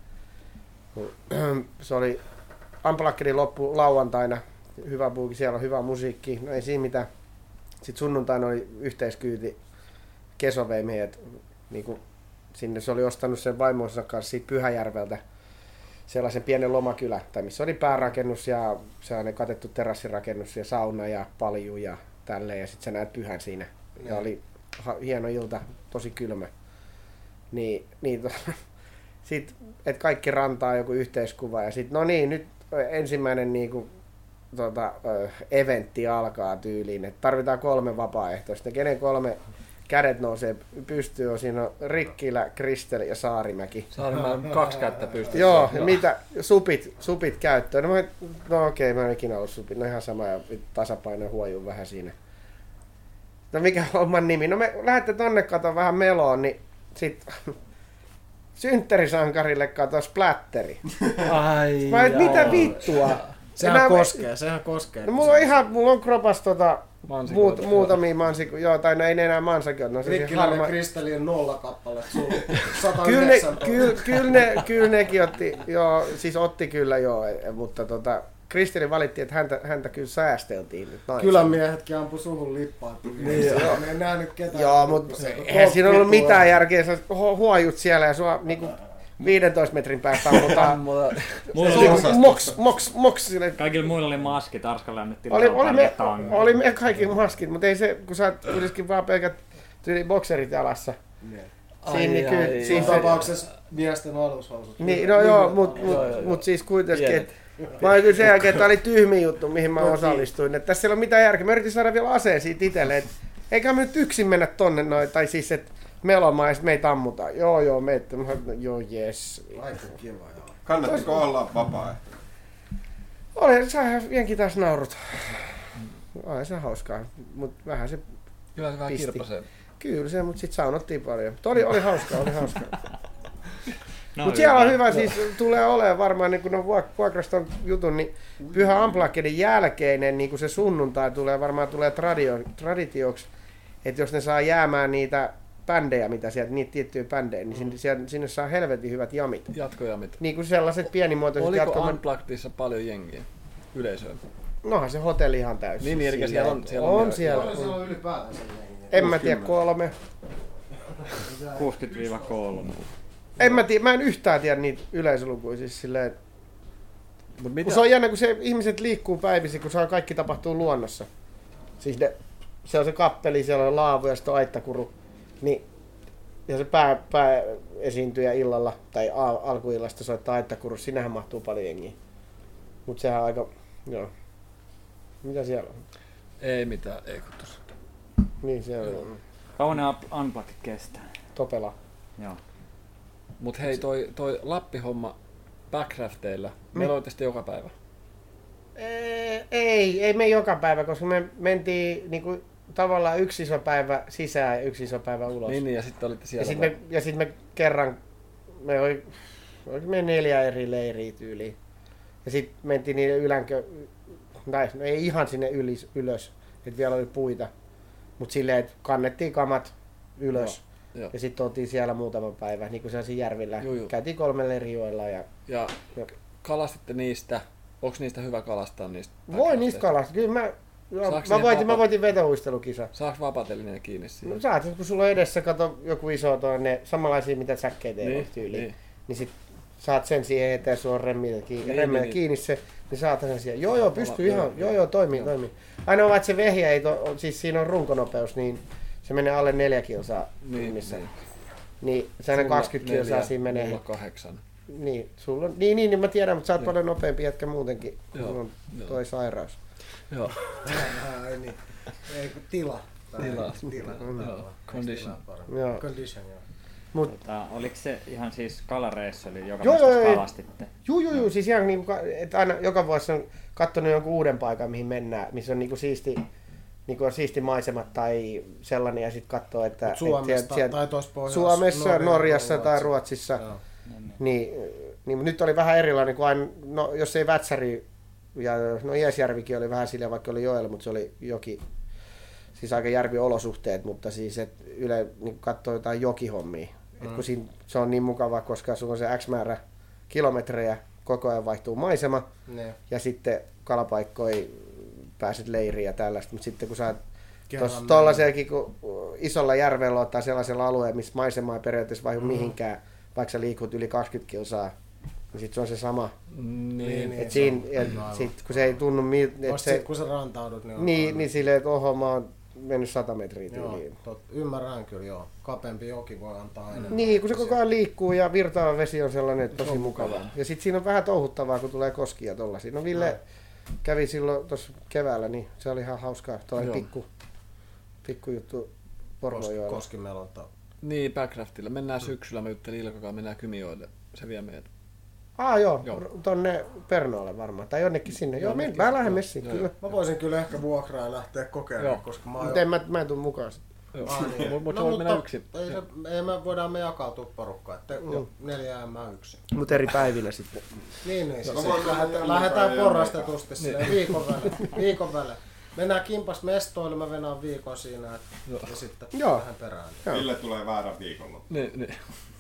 se oli Unpluggedin loppu lauantaina, hyvä buuki, siellä on hyvä musiikki, no ei siinä mitään. Sitten sunnuntaina oli yhteiskyyti, Keso vei meidät niinku sinne, se oli ostanut sen vaimonsa kanssa siitä Pyhäjärveltä sellaisen pienen lomakylä, tai missä oli päärakennus ja sellainen katettu terassirakennus ja sauna ja palju ja tälleen, ja sitten sä näet Pyhän siinä. Ja oli hieno ilta, tosi kylmä. Sitten, että kaikki rantaa joku yhteiskuva, ja sitten, no niin, nyt ensimmäinen niinku, eventti alkaa tyyliin, että tarvitaan 3 vapaaehtoista. Kenen 3 kädet nousee pystyyn, siinä on Rikkilä, Kristel ja Saarimäki. Saarimäki 2 kättä pystyyn. Joo, ja mitä supit käyttöön. No okei, mä en ikinä ollut supit, no ihan sama ja tasapaino huojuu vähän siinä. No mikä on oman nimi? No me lähdette tonne kato vähän meloon, niin sit synttärisankarille kato splatteri. Mä et mitä vittua? Sehän koskee. No mulla on kropas muutamia mansikoita, joo, tai ei enää mansikoita. No, Rikkilän ja Kristelin 0 kappale, sulla 119. Kyllä nekin otti, joo, siis otti kyllä joo, mutta Kristeli valitti, että häntä kyllä säästeltiin. Kylän miehetkin ampui suhun lippaan. Niin, en nähnyt ketään. Joo, mutta eihän siinä ollut mitään järkeä. Sä huojut siellä ja sua niinku 15 metrin päästä ammutaan. Moks. Kaikilla muilla oli maskit, Arskalle annettiin oli me kaikilla maskit, mutta ei se, kun sä oot kuitenkin vaan pelkät bokserit jalassa. Siinä tapauksessa miesten alushousut. Niin, no joo, mut siis kuitenkin, että mä olin kyllä sen jälkeen, että tää oli tyhmin juttu, mihin mä osallistuin. Että tässä ei ole mitään järkeä. Mä yritin saada vielä aseen siitä itselleen, että eikä me nyt yksin mennä tonne noin, tai siis, että melomaan ja sit meitä ammutaan. Joo, joo, jes. Aika kiva, joo. Kannattiko olla vapaaehtoinen? Oli, sähän vienkin taas naurut. Oli se hauskaa, mut vähän se kyllä se vähän pisti. Kirpasee. Kyllä se, mut sit saunottiin paljon. Oli hauskaa. No, mutta siellä on hyvä, siis tulee olemaan varmaan, niin kun on vuokraston jutun, niin Pyhä Unpluggedin jälkeinen niin se sunnuntai tulee traditioksi, että jos ne saa jäämään niitä bändejä, mitä sieltä, niitä tiettyjä bändejä, niin sinne saa helvetin hyvät jamit. Jatkojamit. Niin kuin sellaiset pienimuotoiset Oliko Unpluggedissa paljon jengiä yleisöä? Nohan se hotelli ihan täysin. Niin, eli siellä on. Siellä on ylipäätään sen jengiä. En mä tiedä, 3. 60-3. En mä tiedä, mä en yhtään tiedä niitä yleisölukuja, siis silleen. Se on jännä, kun se ihmiset liikkuu päivisin, kun se kaikki tapahtuu luonnossa. Siis se on se kappeli, siellä on laavu ja sitten on aittakuru. Niin, ja se pääesiintyjä illalla tai alkuillasta soittaa aittakuru, sinähän mahtuu paljon jengiä. Mut sehän on aika, joo. Mitä siellä on? Ei mitään, ei kun tossa. Niin siellä on. Kauan ne Unplugged kestää? Topela. Joo. Mut hei, toi Lappi-homma, Backrafteilla. Meillä oli tästä joka päivä. Ei me joka päivä, koska me mentiin niinku tavallaan yksi iso päivä sisään ja yksi iso päivä ulos. Niin, ja sitten olitte siellä. Ja sitten me kerran, oliko me 4 eri leiriä tyyliin. Ja sitten mentiin niiden no ei ihan sinne ylös, että vielä oli puita. Mutta silleen, että kannettiin kamat ylös. Joo. Ja sitten oltiin siellä muutama päivä, niin kuin sellaisia järvillä. Joo. Käytiin 3 eri joilla. Ja kalastitte niistä. Onko niistä hyvä kalastaa niistä? Voi niistä kalastaa. Kyllä mä voitin vetouistelukisa. Saaks vapatelineitä kiinni siihen? No saat, kun sulla on edessä kato joku iso toinen, samanlaisia mitä säkkejä teillä tyyliin. Niin sit saat sen siihen eteen, sulla on remmillä kiinni se, niin saat sen siihen. Joo, pystyy ihan, toimii. Ainoa vaan, että se vehjä ei siis siinä on runkonopeus, niin se menee alle 4 kilsaa missä. Niin se aina 20 kilsaa siinä menee. Mulla 8. Niin, sulla on, niin mä tiedän, mutta sä oot paljon nopeampi jätkä muutenkin. Sulla on toi sairaus. Joo. Niin. Ei kun tila. Condition. Condition, joo. Oliko se ihan siis kalareissu, eli joka missä kalastitte? Joo, siis ihan niinku, että aina joka vuosi on kattonut jonkun uuden paikan, mihin mennään, missä on niinku siisti maisemat tai sellainen, ja sitten katsoo, että Suomesta tai tuossa Suomessa, Norjassa tai Ruotsissa. Niin, nyt oli vähän erilainen kuin aina, no jos ei Vätsäri, ja no Iesjärvikin oli vähän silleen, vaikka oli joella, mutta se oli joki, siis aika järviolosuhteet, mutta siis että Yle niin katsoo jotain jokihommia. Et kun se on niin mukavaa, koska sulla on se X määrä kilometrejä, koko ajan vaihtuu maisema, ja sitten kalapaikkoja pääset leiriin ja tällaista, mutta sitten kun sä tuollaisellakin isolla järvellä tai sellaisella alueella, missä maisema ei periaatteessa vaihdu mihinkään, vaikka sä liikut yli 20 kilsaa, niin sitten se on se sama. Niin. Sit, kun se ei tunnu kun sä rantaudut, niin silleen, että oho, mä oon mennyt 100 metriä tyyliin. Ymmärrän kyllä, joo. Kapeampi joki voi antaa enemmän. Niin, kun se koko ajan liikkuu ja virtaava vesi on sellainen, että tosi mukavaa. Ja sitten siinä on vähän touhuttavaa, kun tulee koskia tollasia. No Ville kävi silloin tuossa keväällä, niin se oli ihan hauskaa. Tuollainen pikku juttu Porvojoella. Koskimelonta. Niin, Backraftilla. Mennään syksyllä, mä juttelin Ilkokaan, mennään Kymijoelle. Se vie meidät. Joo, tonne Pernoolle varmaan, tai jonnekin sinne. Joo, mä lähden messiin, kyllä. Mä voisin kyllä ehkä vuokraa ja lähteä kokeilemaan, koska mä en tuu mukaan sitten. Mutta voit mennä yksin. Ei me voidaan me jakautua porukkaan, että 4 mä yksin. Mut eri päivinä sitten. Niin, siis lähdetään porrastetusti viikon välein. Mennään kimpas mestoille, mä venään viikon siinä ja sitten vähän perään. Ville tulee väärän viikolla. Niin.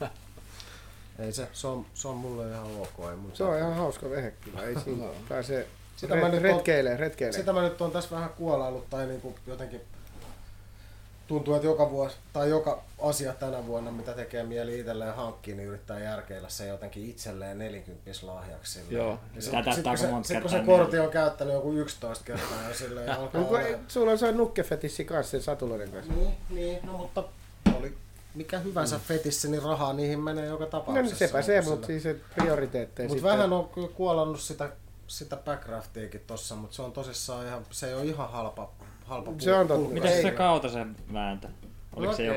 Ei se on mulle ihan ok. Se on ihan hauska vehe kyllä, ei siinä pääsee retkeilee. Sitä mä nyt on tässä vähän kuolaillut tai niinku jotenkin tuntuu, että joka vuosi tai joka asia tänä vuonna, mitä tekee mieli itselleen hankkia, niin yrittää järkeillä se jotenkin itselleen 40 lahjaksi. Joo. Sitten kun se kortti on käyttänyt joku 11 kertaa ja silleen alkaa sulla on se nukkefetissi kanssa sen satuloiden kanssa. Niin, no mutta oli mikä hyvänsä fetissi, niin rahaa niihin menee joka tapauksessa. No sepä se, mutta siis prioriteetteja sitten. Mutta vähän on kyllä kuolannut sitä backraftiakin tossa, mutta se on tosissaan ihan, se ei ole ihan halpa se on totta. Mitäs se kautasen vääntö? Oliko se joku?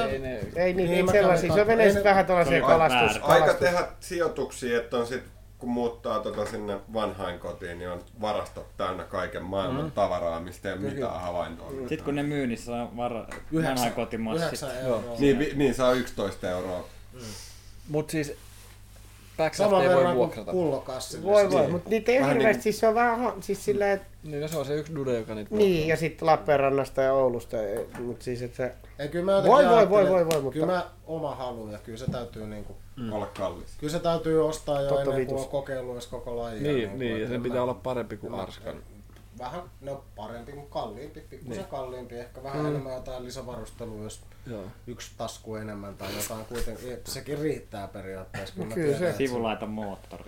Ei niin sellaisia, se menee sitten vähän tuollaiseen kalastus. Aika tehdä sijoituksia, että on sit, kun muuttaa sinne vanhainkotiin, niin on varastot täynnä kaiken maailman tavaraa, mistä ei ole mitään havaintoa. Sitten kun ne myy, niin saa vanhainkotimaassa. 9 euroa. Niin saa 11 euroa. Mut siis Backraft ei voi vuokrata. Voi, mutta niitä ei hirveästi, siis se on vähän siis silleen, että niin, no se on se yksi dude, joka niitä niin, ja sitten Lappeenrannasta ja Oulusta, mutta siis että se ei, kyllä mä voi, mutta kyllä mä oma halu ja kyllä se täytyy niinku olla kallis. Kyllä se täytyy ostaa jo ennen kuin on kokeillut edes koko lajia. Niin, ja sen pitää olla parempi kuin Arskan. Vähän, parempi kuin kalliimpi, pikkusen kalliimpi, ehkä vähän enemmän jotain lisävarustelua, jos yksi tasku enemmän tai jotain kuitenkin, sekin riittää periaatteessa. Kyllä se. Sivulaita moottori.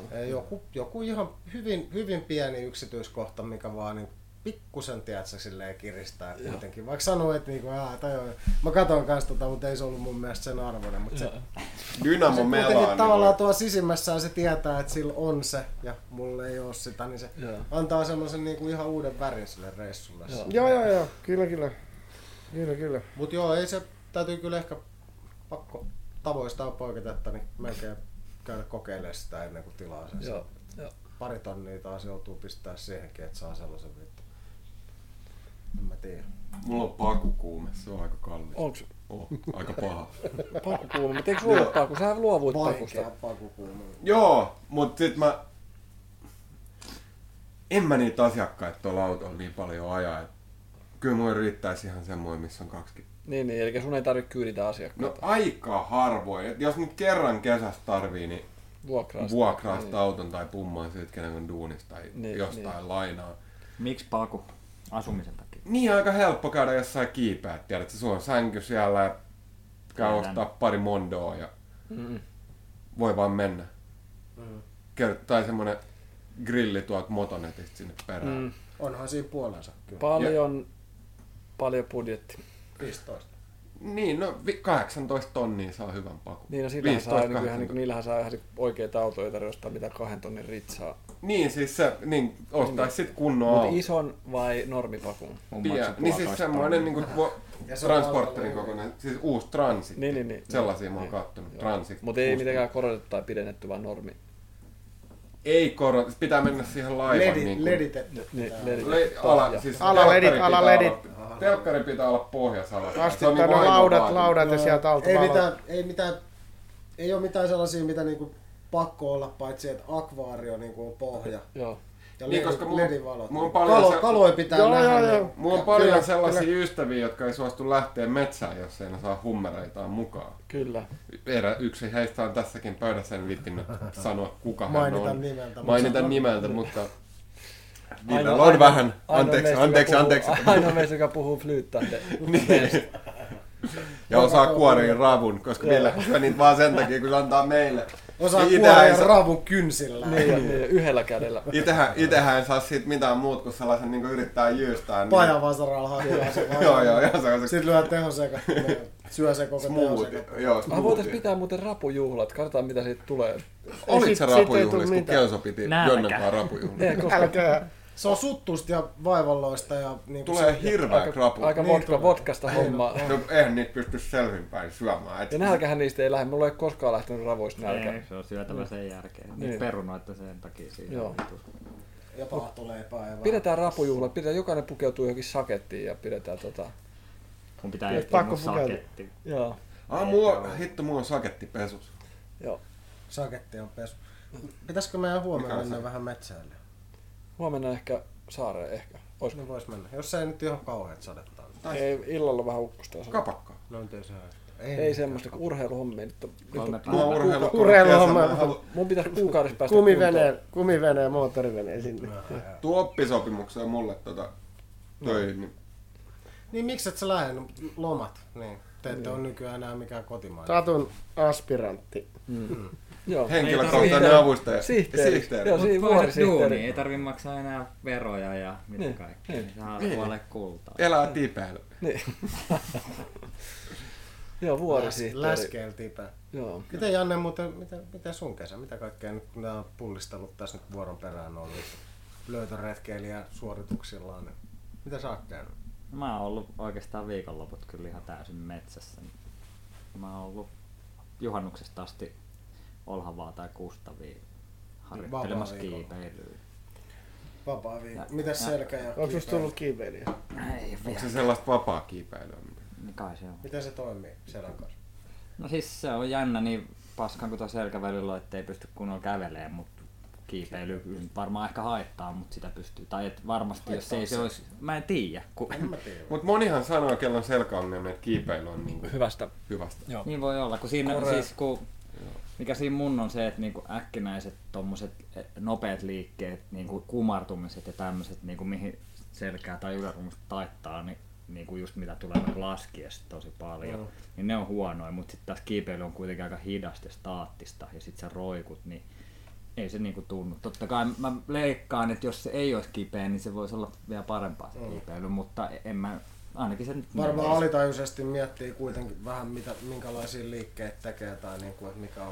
Joku ihan hyvin pieni yksityiskohta, mikä vaan niin pikkusen tiedätkö silleen kiristää kuitenkin. Vaikka sanoo, että niinku, mä katon kanssa mutta ei se ollut mun mielestä sen arvoinen. Mutta se Dynamo melaa. Kuitenkin tavallaan tuolla sisimmässään se tietää, että sillä on se ja mulla ei ole sitä, niin se antaa semmoisen niinku ihan uuden värin sille reissulle. Joo, kyllä. Mut joo, ei se täytyy kyllä ehkä pakko tavoistaan poiketa, että niin melkein käydä kokeilemaan sitä ennen kuin tilaa sen. Joo. Pari tonnia taas joutuu pistää siihenkin, että saa sellaisen vittu. En mä tiedä. Mulla on pakukuume, se on aika kallis. Onks Aika paha. pakukuume? Mutta eikö sulla ole paku? Sähän luovuit pakusta. Vaikea pakukuume. Joo, mut sit en mä niitä asiakkaita tuolla autolla niin paljon ajaa. Et kyllä mulle riittäisi ihan semmoinen, missä on 20. Niin, eli sun ei tarvitse kyyditä No asiakkaita. aika harvoin. Et jos nyt kerran kesästä tarvii, niin vuokraa sitä auton tai pummaa siitä, kenen on duunista tai jostain lainaa. Miksi paku? Asumisen takia. Niin aika helppo käydä jossain kiipeät, tiedätkö? Sulla on sänky siellä ja käy ostaa pari mondoa ja voi vaan mennä. Tai semmonen grilli tuolta Motonetista sinne perään. Onhan siinä puolensa kyllä. Paljon budjetti. 15. Niin, no 18 tonnia saa hyvän pakun. Niin, no niillähän saa ihan oikeita autoja, ei tarvitse ostaa mitään 2 tonnin ritsaa. Niin, siis se, ostaisi sit kunnon auto. Mutta ison vai normipakun? Niin siis semmoinen niinku transporterin kokoinen, siis uusi transit. Niin. Sellaisia mä oon kattonut. Transit. Mutta ei mitenkään korotettu tai pidennetty, vaan normi. Ei korotettu, pitää mennä siihen laivan. Leditetty. Alaledit. Telkkari pitää olla pohjassa alas. Astittaa ne laudat ja sieltä alta ei ole mitään sellaisia, mitä niinku pakko olla, paitsi että akvaario niinku on pohja. Joo. Ja niin, koska ledivalot. Kaloja pitää nähdä. Mulla on paljon sellaisia ystäviä, jotka ei suostu lähteä metsään, jos ei ne saa hummereitaan mukaan. Kyllä. Yksi heistä on tässäkin pöydässä, en viittinyt sanoa kuka hän on. Mainita nimeltä, mutta Viidalla on vähän. Anteeksi. Ainoa meistä, joka puhuu flyyttää. Niin. Ja osaa kuoria ravun, koska Ville niitä vaan sen takia, kun se antaa meille. Osaa kuoria ravun kynsillä. Niin, yhdellä kädellä. Itähän ei saa siitä mitään muut, kun sellaisen niin yrittää jyystää. Pajavasaralla hakea se vaan. Joo. Sitten lyö tehosekattimeen. Syö se koko tehosekattimeen. Voitais pitää muuten rapujuhlat, katsotaan mitä siitä tulee. Olit se rapujuhlis, kun Kelso piti Jonnenkaan rapujuhlia? Älkää. Se on suttusta ja vaivalloista. Ja niin tulee hirveä krapu. Aika vodkasta hommaa. No eihän niitä pysty selvinpäin syömään. Ja nälkähän niistä ei lähde. Mulla ei koskaan lähtenyt ravoista nälkä. Ei, se on syötävä sen jälkeen. Niin perunoita sen takia siinä. Joo. Ja paahtoleipää. Pidetään rapujuhlat. Jokainen pukeutuu johonkin sakettiin ja pidetään Mun pitää etsiä mun saketti. Joo. Mulla on saketti pesus. Joo. Saketti on pesu. Pitäisikö meidän huomenna mennä vähän metsäille? Huomenna ehkä saareen ehkä. No vois mennä. Jos se ei nyt ihan kauheat sadetta ole. Ei, illalla vähän ukkosta. Kapakkaa. No ei se ei semmoista kuin urheiluhommia. Urheiluhommia. Mun pitäisi kuukaudessa päästä kumiveneen ja moottoriveneen sinne. Tuo oppisopimuksen mulle töihin. Niin miksi et sä lähde? Lomat. Niin. Te ette ole nykyään enää mikään kotimainen. Satun aspirantti. Henkilökohtainen avustaja. Sihteeri. Joo, vuorisihteeri. Ei tarvitse maksaa enää veroja ja mitä kaikkea. Saa puoleen kultaa. Elää tipeillä. Niin. Joo, vuorisihteeri. Läskeel tipä. Joo. Miten Janne muuten, miten sun kesä? Mitä kaikkea nyt kun nää on pullistellut tässä nyt vuoron perään ollut löytöretkeilijä suorituksillaan? Niin mitä sä oot käynyt? Mä oon ollut oikeastaan viikonloput kyllä ihan täysin metsässä. Mä oon ollut juhannuksesta asti Olhavaa tai Kustaviin harjoittelemassa kiipeilyä. Vapaa viikko. Mitäs selkä ja onko susta tullut kiipeilijä? Onko se sellaista vapaa kiipeilyä? Niin kai se on. Miten se toimii selän kanssa? No siis se on jännä niin paskan kuin tuo selkävälillä, ettei pysty kunnolla kävelemään, mutta kiipeily varmaan ehkä haittaa, mutta sitä pystyy. Tai et varmasti haittaa jos ei se olisi, mä en tiedä. Mutta monihan sanoo, kello on selkäongelmia, että kiipeily on niinku hyvästä. Joo. Niin voi olla, kun siinä siis mikä siinä mun on se, että niinku äkkinäiset tommoset nopeat liikkeet, niinku kumartumiset ja tämmöiset, niinku mihin selkää tai ylärummusta taittaa, niin niinku just mitä tulee laskiessa tosi paljon, niin ne on huonoja, mutta sitten taas kiipeily on kuitenkin aika hidasta ja staattista ja sitten sä roikut, niin ei se niinku tunnu. Totta kai mä leikkaan, että jos se ei olisi kipeä, niin se voisi olla vielä parempaa se kiipeily, mutta en mä ainakin se nyt varmaan alitajuisesti miettii kuitenkin vähän minkälaisia liikkeitä tekee tai niinku, että mikä on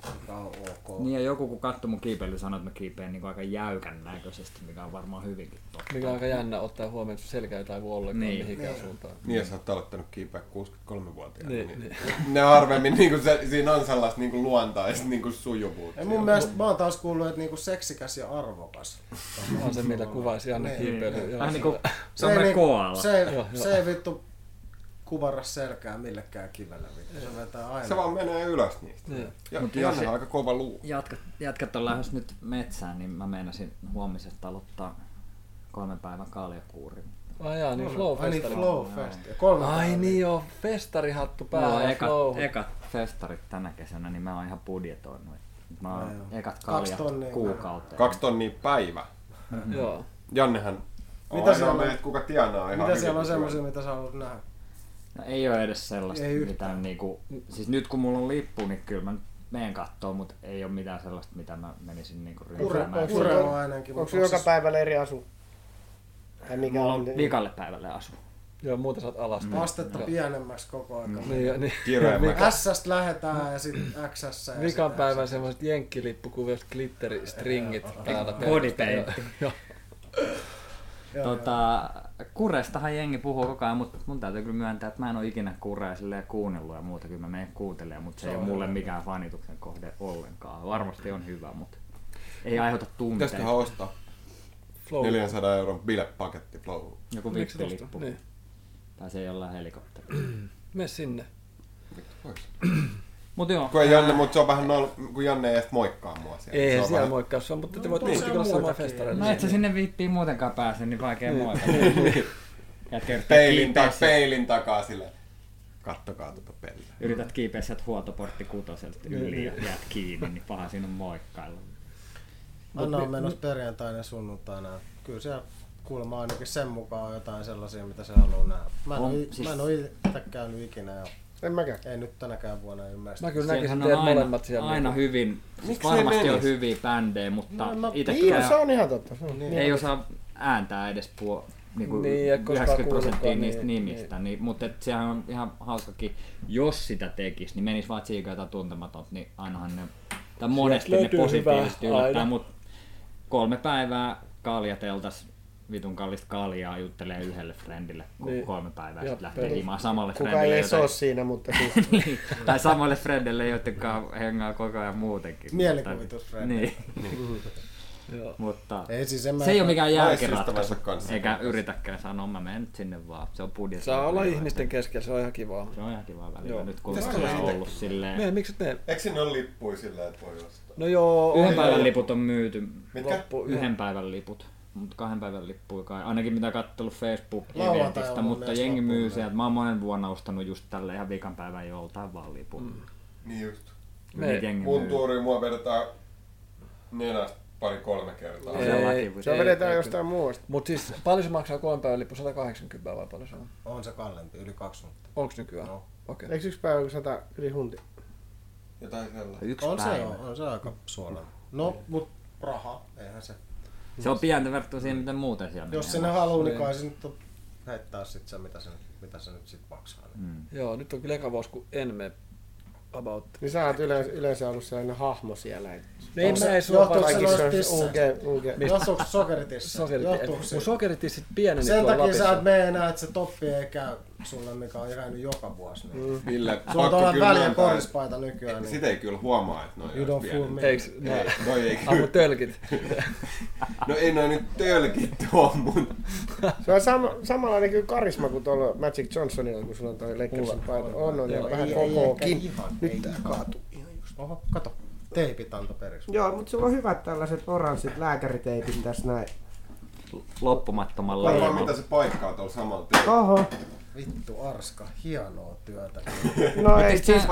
mikä on ok. Niin ja joku kun katsoi mun kiipeily sanoi, että mä kiipeen niin aika jäykän näköisesti, mikä on varmaan hyvinkin totta. Mikä on aika jännä ottaa huomioon, että selkä ei taivu ollenkaan mihinkään suuntaan. Niin ja sä oot aloittanut kiipeä 63-vuotiaana. Niin. Ne harvemmin, niinku siinä on sellaista niinku luontaista niinku sujuvuutta. Ja mun mielestä mä oon taas kuullut, että niinku seksikäs ja arvokas. On se, millä kuvaisi Janne kiipeily. Vähän niinku tommoinen koala. Se ei vittu kuvarra selkää millekään kivellä. Se vetää aina. Se vaan menee ylös niistä. Ja Janne on aika kova luu. Jatkat on lähes nyt metsään, niin mä meinasin huomisesta aloittaa 3 päivän kaljakuurin. Ai jaa, niin Flow-festari. Ai niin joo, festarihattu päällä. Ekat festarit tänä kesänä, niin mä oon ihan budjetoinut. Mä oon ekat kaljat kuukauteen. 2 tonnia päivä. Joo. Jannehan on ainoa meitä, kuka tienaa ihan mitä siellä on semmosia, mitä sä haluat nähdä? No ei oo edes sellaista mitään niinku... Siis nyt kun mulla on lippu, niin kyllä mä menen kattoo, mutta ei oo mitään sellaista, mitä mä menisin niinku ryhmäämään. Pure on ainakin. Onko joka päivällä eri asu? Mulla on viikalle päivälle asu. Joo, muuten sä oot alaspäin. Astetta pienemmäksi koko ajan. Niin. Kireemmäksi. S-stä lähetään ja sitten X-ssä. Vikan päivän semmoiset jenkkilippukuvioiset glitteristringit päällä. Bodypaintti. Kurestahan jengi puhuu koko ajan, mutta mun täytyy kyllä myöntää, että mä en oo ikinä kurea silleen kuunnellut ja muuta. Kyllä mä menen kuuntelemaan, mutta se ei ole mulle mikään fanituksen kohde ollenkaan. Varmasti on hyvä, mutta ei aiheuta tunteita. Pitäisiköhän ostaa 400 € bilepaketti Flow. Joku VIP-lippu. Niin. Pääsee jollain helikopterilla. Mene sinne. Mut joo. Mutta se on vähän kun Janne ei edes moikkaa mua siellä. Ei siellä vähän... moikkaa sua, mutta te voitte tietysti olla samaa festareilla. No et sä sinne viippiin muutenkaan pääse, niin vaikea moikata. Peilin takaa silleen. Kattokaa tuota peliä. Yrität kiipeä sieltä huoltoportti 6 yli ja jäät kiinni, niin paha siinä on moikkailla. Anna on menossa perjantaina sunnuntaina. Kyllä siellä kuulemma ainakin sen mukaan jotain sellaisia, mitä se haluaa nähdä. Mä en oo itse käynyt ikinä. Ja en mäkään. Ei nyt tänäkään vuonna ymmärrä. Mä kyllä näkisin teidät molemmat siellä. Aina hyvin. Siis varmasti on hyviä bändejä, mutta Niin, se on ihan totta. Ei osaa ääntää edes niinku 90% niistä nimistä, niin, mutta sehän on ihan hauskakin, jos sitä tekisi, niin menisi vaan tsiikaa jotain tuntematonta, niin ainahan ne, tai monesti ne positiivisesti yllättää, mutta 3 päivää kaljateltas vitun kallista kaljaa juttelee yhdelle friendille 3 päivää ja sitten lähtee himaan samalle kuka friendille. Kuka ei ole siinä, mutta siis... niin, tai samalle friendille, jotenka hengaa koko ajan muutenkin. Mielikuvitusfriendille. Niin. Mutta ei, siis se ei ole mikään järkiratkaisu, eikä yritäkään sanoa, mä menen nyt sinne vaan, se on budjetti. Saa olla ihmisten keskellä, se on ihan kivaa. Se on ihan kivaa välillä, nyt kun on ollut silleen... Miksi ne? Eikö sinne ole lippuja silleen, että voi ostaa? No joo. 1 päivän liput on myyty. Mitkä? 1 päivän liput. Mutta 2 päivän lippuja kai. Ainakin mitä katsellut Facebook-eventistä, mutta jengi myy sieltä. Mä oon monen vuonna ostanut just tälle ihan vikan päivän joltain vaan lipun. Niin just. Mun tuuriin mua vedetään nenästä 2-3 kertaa. Se vedetään jostain muusta. Mut siis paljon se maksaa 3 päivän lippu? 180 vai paljon se on? On se kallempi, yli 2 huntia. Onks nykyään? No. Okei. Eikö 1 päivä 100 yli hunti? Jotain sellaista. 1 on päivä. On se aika suolella. No, mut raha, eihän se. Se on pientä verrattuna siihen, miten muuten siellä menee. Jos sinne haluaa, niin kai se nyt on heittää sit se, mitä se nyt sit maksaa. Joo, nyt on kyllä eka vuosi, kun en mene about. Niin sä oot yleensä ollut sellainen hahmo siellä. Niin mä ei sulla Johtuuko sokeritissi? Mun sokeritissit pieneni sen tuolla takia Lapissa. sä et mene enää, että se toppi ei käy sulle, mikä on käynyt joka vuosi. Ville, sulla on tuolla väliä korispaita nykyään. Sitä ei kyllä huomaa, että You don't fool me. Eiks? Noi ei kyllä. Tölkit. No ei noi nyt tölkit tuo mun. Se on samanlainen kyllä karisma kuin tuolla Magic Johnsonilla, kun sulla on toi Lakersin paita. On ja vähän kokookin. Nyt tää kaatuu ihan just. Oho, kato. Teipit antoi periksi. Joo, mutta sulla on hyvät tällaiset oranssit lääkäriteipit tässä näin. Loppumattomalla varmaan mitä se paikkaa tuolla samalla teipillä. Oho. Vittu Arska, hienoa työtä. No ei siis.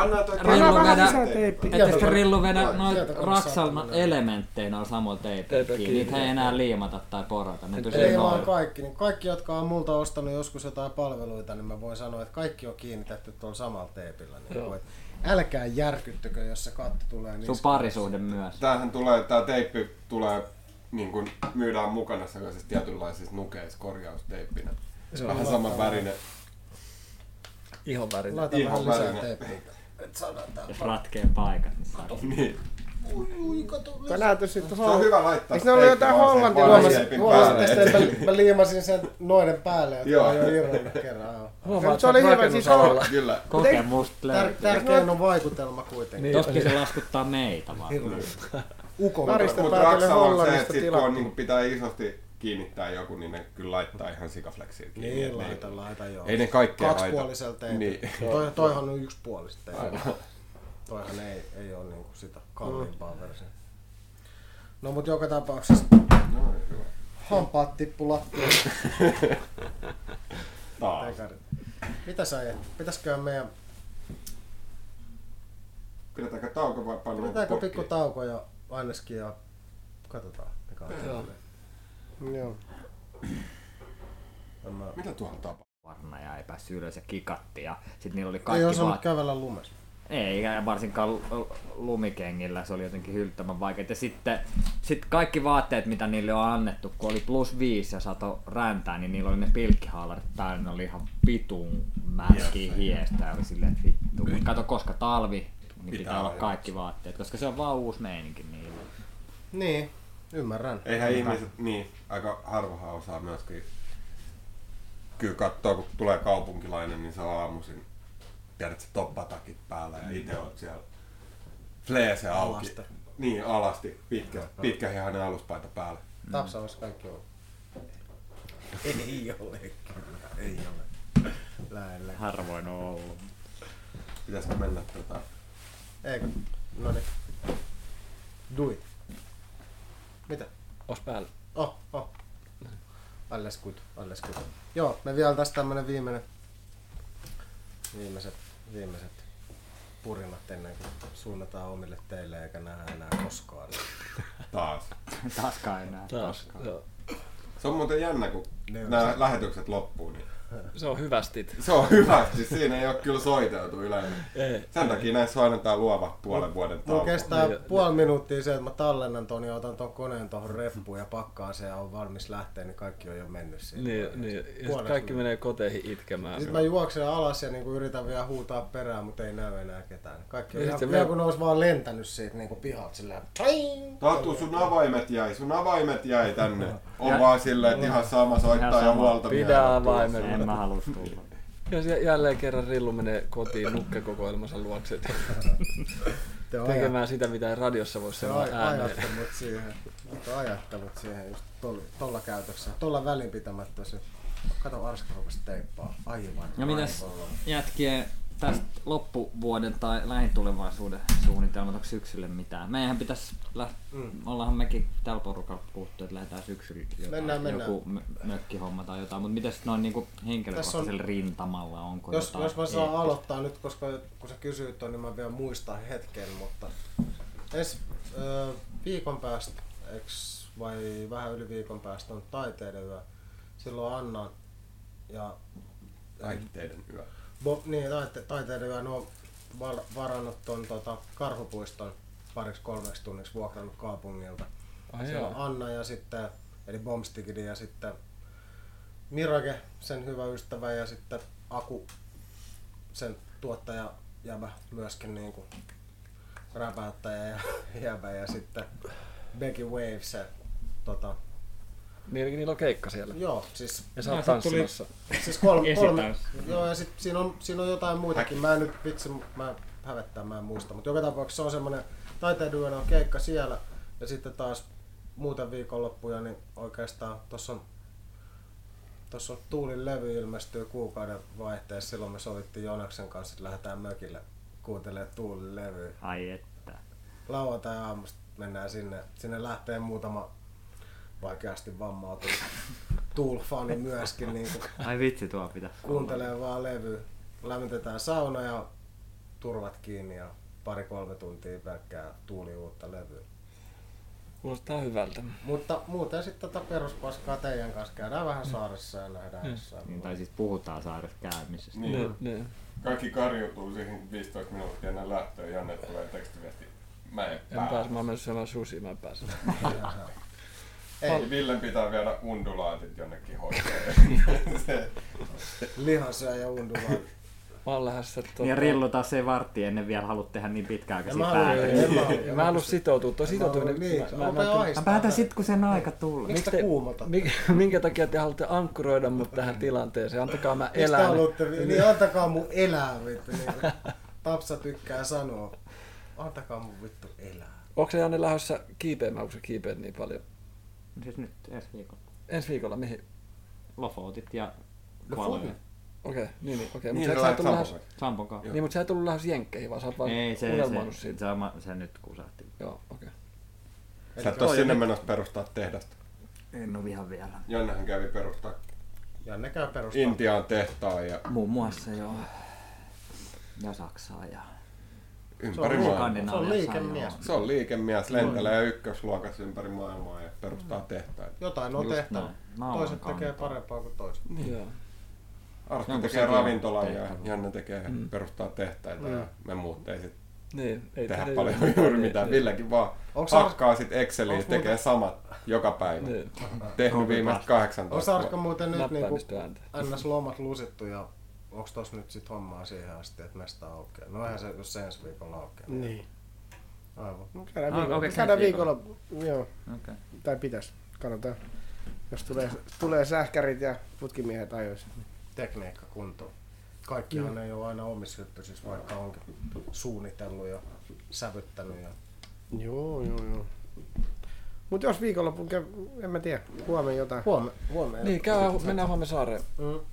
Etteikö Rillu vedä noit Raksan elementteinä samoilla teipeillä? Niitä ei enää liimata tai porata. Ei vaan kaikki. Niin kaikki, jotka on multa ostanut joskus jotain palveluita, niin mä voin sanoa, että kaikki on kiinnitetty tuolla samalla teipillä. Niin älkää järkyttykö, jos se katto tulee niin. Sun parisuhde myös. Tää teippi tulee niin kuin myydään mukana sellaisissa tietynlaisissa nukeissa korjausteippinä. Vähän saman värinen. Ihon värinen. Laita vähän lisää teippiä. Jos ratkee paikat, niin saa. Niin. Ui, kato. Mä näytän sitten Se on hyvä laittaa. Eikö ne ollut jotain hollantilaisia? Huomasin, mä liimasin sen noiden päälle, jotka Joo. on jo irronnut kerran. Se oli hyvä, siis Kyllä. Kokemusta löytyy. Tärkein on vaikutelma kuitenkin. Niin. Toskin se laskuttaa meitä vaan. Ukon Karista Mutta päätellen Raksalla on se, Hollannista että sit kun on, tilattu. niin pitää isosti kiinnittää joku, niin ne kyllä laittaa ihan sikafleksiin kiinni. Niin, Et ne laita joo. ei ne kaikkea haita. Kaksipuolisella teet. Niin. Toihan on yksipuolista teet. Toihan ei ole niinku sitä kalliimpaa versiota. No mut joka tapauksessa No, hyvä. hampaat tippu lattialle. Taas. Mitä sä ajat? Pitäisikö meidän... Pidetäänkö tauko vai pannaan Pidetäänkö pokkiin? pikku tauko ja aineskin ja katsotaan mikä on. Joo. Joo. Mitä tuolla tapahtuu? Varna ja ei päässyt ylös ja kikatti ja sit niillä oli Ei kaikki osannut vaat... kävellä lumessa. Ei, ja varsinkaan lumikengillä se oli jotenkin hyllyttävän vaikeaa. Ja sitten kaikki vaatteet, mitä niille on annettu, kun oli +5 ja sato räntää, niin niillä oli ne pilkkihaalarit päällä, ne oli ihan vitun märkiä hiestä ja oli silleen, että vittu. Mut kato, koska talvi, niin pitää olla kaikki vaatteet, koska se on vaan uusi meininki niillä. Niin, ymmärrän. Eihän ihmiset, niin, aika harvahan osaa myöskin. Kyllä katsoo, kun tulee kaupunkilainen, niin se on aamuisin. Tiedätkö, toppatakit päällä ja itse oot siellä fleese auki. Alasti. Niin, alasti. Pitkähihainen aluspaita päällä. Tapsavassa kaikki on. Ei ole kyllä, ei ole. Lähellä. Harvoin on ollut. Pitäisikö mennä Eikö? Noniin. Do it. Mitä? Os päällä. Oh. Alles good. Joo, me vielä tässä tämmönen viimeiset purinat ennen kuin suunnataan omille teille eikä nähdä enää koskaan. taas. Taaskaan enää. Taas. Joo. Se on muuten jännä, kun Ne on nämä se. lähetykset loppuu. Niin Se on hyvästit. se on hyvä, siis siinä ei ole kyllä soiteltu yleensä. Ei. Sen takia näissä on aina tää luova puolen vuoden Mulla tauko. kestää Niin, puoli minuuttia se, että mä tallennan ton ja otan ton koneen tohon reppuun ja pakkaan sen ja on valmis lähteä, niin kaikki on jo mennyt siitä. Niin. Ja sit Puolesta kaikki menee koteihin itkemään. Sitten mä juoksen alas ja niinku yritän vielä huutaa perään, mutta ei näy enää ketään. Kaikki on Ja ihan, sit se vielä me- kun ne olisi vaan lentänyt siitä niinku pihalta silleen. Tatu, sun avaimet jäi tänne. On vaan silleen, että ihan sama soittaa Ihan ja sama. huolta. Pidä mielellä avaimet. tuossa. En mä halus tulla. Ja jälleen kerran Rillu menee kotiin nukkekokoelmansa luokse tekemään sitä, mitä ei radiossa voi Se sanoa ääneen. ajattelut siihen just tolla käytöksellä, tolla välinpitämättöisyys. Kato, Arska rupesi teippaa. Aivan. Ja mitäs jätkien tästä loppuvuoden tai lähitulevaisuuden suunnitelmat, onko syksylle mitään? Meidän pitäisi, ollaanhan mekin tällä porukalla puhuttu, että lähdetään syksyllä joku mökkihomma tai jotain, mutta mitäs noin niinku henkilökohtaisella rintamalla, onko jotain? Jos mä saan aloittaa nyt, koska kun sä kysyit ton, niin mä vielä muistan hetken, mutta viikon päästä, vai vähän yli viikon päästä on taiteiden yö. Silloin Anna ja Taiteiden yö. taiteiden yö, ne on varannut ton Karhupuiston 2-3 tunniksi vuokrannut kaupungilta. Siellä on Anna ja sitten, eli Bombstigidi ja sitten Mirage, sen hyvä ystävä, ja sitten Aku, sen tuottaja jäbä myöskin niinku räpäyttäjä ja jäbä, ja sitten Becky Waves, se Niillä on keikka siellä. joo, siis Ja sä oot tanssimassa. siis kolme, Esitään. joo, ja sit siinä on jotain muitakin. Mä hävettää, mä en muista, mutta joka tapauksessa se on semmoinen taiteilyönä on keikka siellä, ja sitten taas muuten viikonloppuja, niin oikeastaan tossa on Tuulin levy ilmestyy kuukauden vaihteessa, silloin me sovittiin Jonaksen kanssa, että lähdetään mökille kuuntelemaan Tuulin levyä. Ai että. Lauantai-aamusta mennään sinne lähtee muutama vaikeasti vammautunut Tool-fani myöskin niin Ai vitsi, tuo pitää. kuuntelee vaan levyä. Lämmitetään sauna ja turvat kiinni ja 2-3 tuntia pelkkää Tuuli uutta levyä. Kuulostaa hyvältä. Mutta muuten sitten peruspaskaa teidän kanssa käydään vähän saaressa ja nähdään jossain. Niin, tai siis puhutaan saaressa käymisestä. Niin. Kaikki karjutuu siihen 15 minuuttia ennen lähtöä ja Janne tulee tekstiviesti. Mä en pääse. Mä oon mennyt syömään sushi, mä en pääse. Ei, Villen pitää viedä undulaatit jonnekin hoitoon. lihansyöjä undulaat. Mä oon lähdössä... Ja Rillu taas ei vartti ennen vielä halua tehdä niin pitkäaikaisia päätöksiä. Mä haluan sitoutua. Toi sitoutuminen... Mä päätän sit, kun sen aika tulee. Miksi te kuumotat? Minkä takia te haluatte ankkuroida mut tähän tilanteeseen? Antakaa mä elää. Niin antakaa mun elää, vittu. Niin. Tapsa tykkää sanoa. Antakaa mun vittu elää. Onko se Janne lähdössä kiipeämään, kun sä kiipeät niin paljon? Siis nyt ensi viikolla. Ensi viikolla mihin? Lofotit ja Kualoja. Okei. Niin, sä lähdet Sampon kanssa. Niin, mutta sä et tullut lähdössä jenkkeihin, vaan sä oot vaan unelmoinut siitä. Se nyt kusahti. Joo, okei. Sä et oo sinne menossa perustaa tehdasta. En oo ihan vielä. Jannehan kävi perustaa. Janne käy perustaa. Intiaan tehtaan ja... Muun muassa joo. Ja Saksaa ja... Ympäri maailmaa. Se on liikemies. Se on liikemies, lentelee ykkösluokassa ympäri maailmaa ja perustaa tehtaita. Jotain on tehtävä. Toiset tekee parempaa kuin toiset. Joo. Arski tekee ravintolan ja Janne tekee perustaa tehtaita ja me muut ei sit tehdä paljon juuri mitään. Villekin vaan hakkaa sit Exceliin, tekee samat joka päivä. Tehnyt viimeiset 18 vuotta. Onko Arska muuten nyt niinku ns. Lomat lusittu ja onko tossa nyt sit hommaa siihen asti, että mesta aukeaa? No eihän se, jos se ensi viikolla aukeaa. Niin. Aivan. Käydään viikolla, joo. Okay. Tai pitäis, katsotaan. Jos tulee sähkärit ja putkimiehet ajoissa. Tekniikka kuntoon. Kaikkihan ei ole aina omissa hyppysissä, vaikka onkin suunnitellut ja sävyttänyt. Ja... Joo. Mut jos viikonloppuun en mä tiedä, huomenna jotain. Huomenna. Niin, mennään huomenna saareen.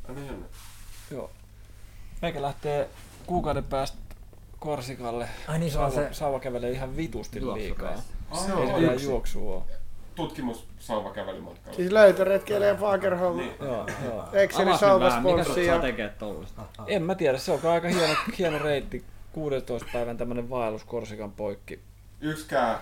Joo. Meikä lähtee kuukauden päästä Korsikalle. Ai niin, Sauva kävelee ihan vitusti liikaa. Ei vielä juoksua ole. Tutkimussauvakävelymatkalla. Siis löytöretkeilijä Fagerholm. Niin. Joo. Exceli sauvasponssi. Mikä sä tekee tollaista? En mä tiedä, se on aika hieno reitti. 16 päivän tämmönen vaellus Korsikan poikki. Yksikään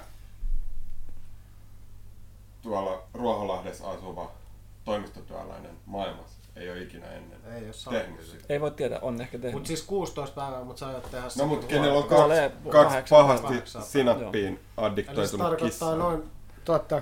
tuolla Ruoholahdessa asuva toimistotyöläinen maailmassa ei ole ikinä ennen tehnyt sitä. Ei voi tietää, on ehkä tehnyt. Mut siis 16 päivää, mut sä aiot tehdä... No mut kenellä on kaksi pahasti sinappiin addiktoitunut kissaa. Eli se tarkoittaa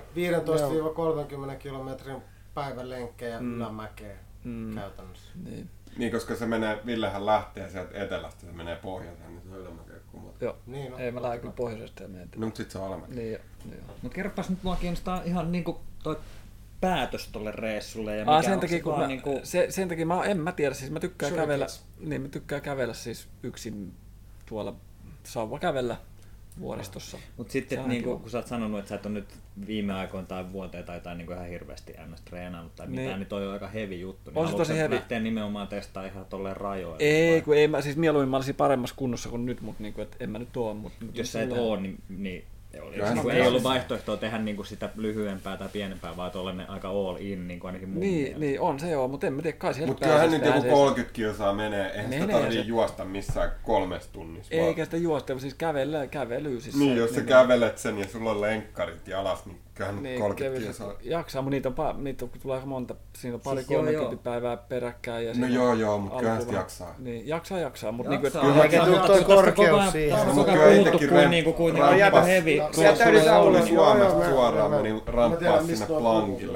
noin 15-30 kilometrin päivän lenkkejä ylämäkeen käytännössä. Niin, koska se menee, Villehän lähtee sieltä etelästä, se menee pohjoiseen, niin se on ylämäkeen kumota. Joo, niin, ei mä lähden kyllä pohjoisesta ja menen. No mut sit se on alamäkeen. Niin. Mut kerropas nyt mua kiinnostaa ihan niinku toi päätös tolle reissulle ja mikä sen takia, on vaan niinku... sen takia en mä tiedä, siis mä tykkään kävellä, mä tykkään kävellä siis yksin tuolla sauvakävellä vuoristossa. Mut sitten niinku, kun sä oot sanonut, että sä et ole nyt viime aikoina tai vuoteen tai jotain niinku ihan hirveästi ns. Treenannut tai mitään, niin toi on aika heavy juttu. Niin on se tosi heavy. Lähteä nimenomaan testaa ihan tolleen rajoille? Ei, siis mieluummin mä olisin paremmassa kunnossa kuin nyt, mutta niinku, et en mä nyt oo. Jos sä et oo, niin ei ollut vaihtoehtoa tehdä niinku sitä lyhyempää tai pienempää, vaan tollainen aika all in, niinku ainakin mun mielestä. Niin, on se joo, mutta en mä tiedä, kai siellä pääsee. Mutta kyllähän nyt joku 30 kilsaa menee, eihän sitä tarvii juosta missään 3 tunnissa. Eikä sitä juosta, siis kävelyä. Siis niin, jos sä kävelet sen ja sulla on lenkkarit jalas, niin kyllähän nyt 30 kilsaa. Jaksaa, mutta niitä tulee aika monta, siinä on pari 30 päivää peräkkäin. Ja no joo, mutta kyllähän sitä jaksaa. Niin, jaksaa, mutta niinku... Eikä tuu toi korkeus siihen. Mutta kuitenkin niinku aika heavy. Sieltä yritän ulos. Suoraan meni ramppaa sinne plankille.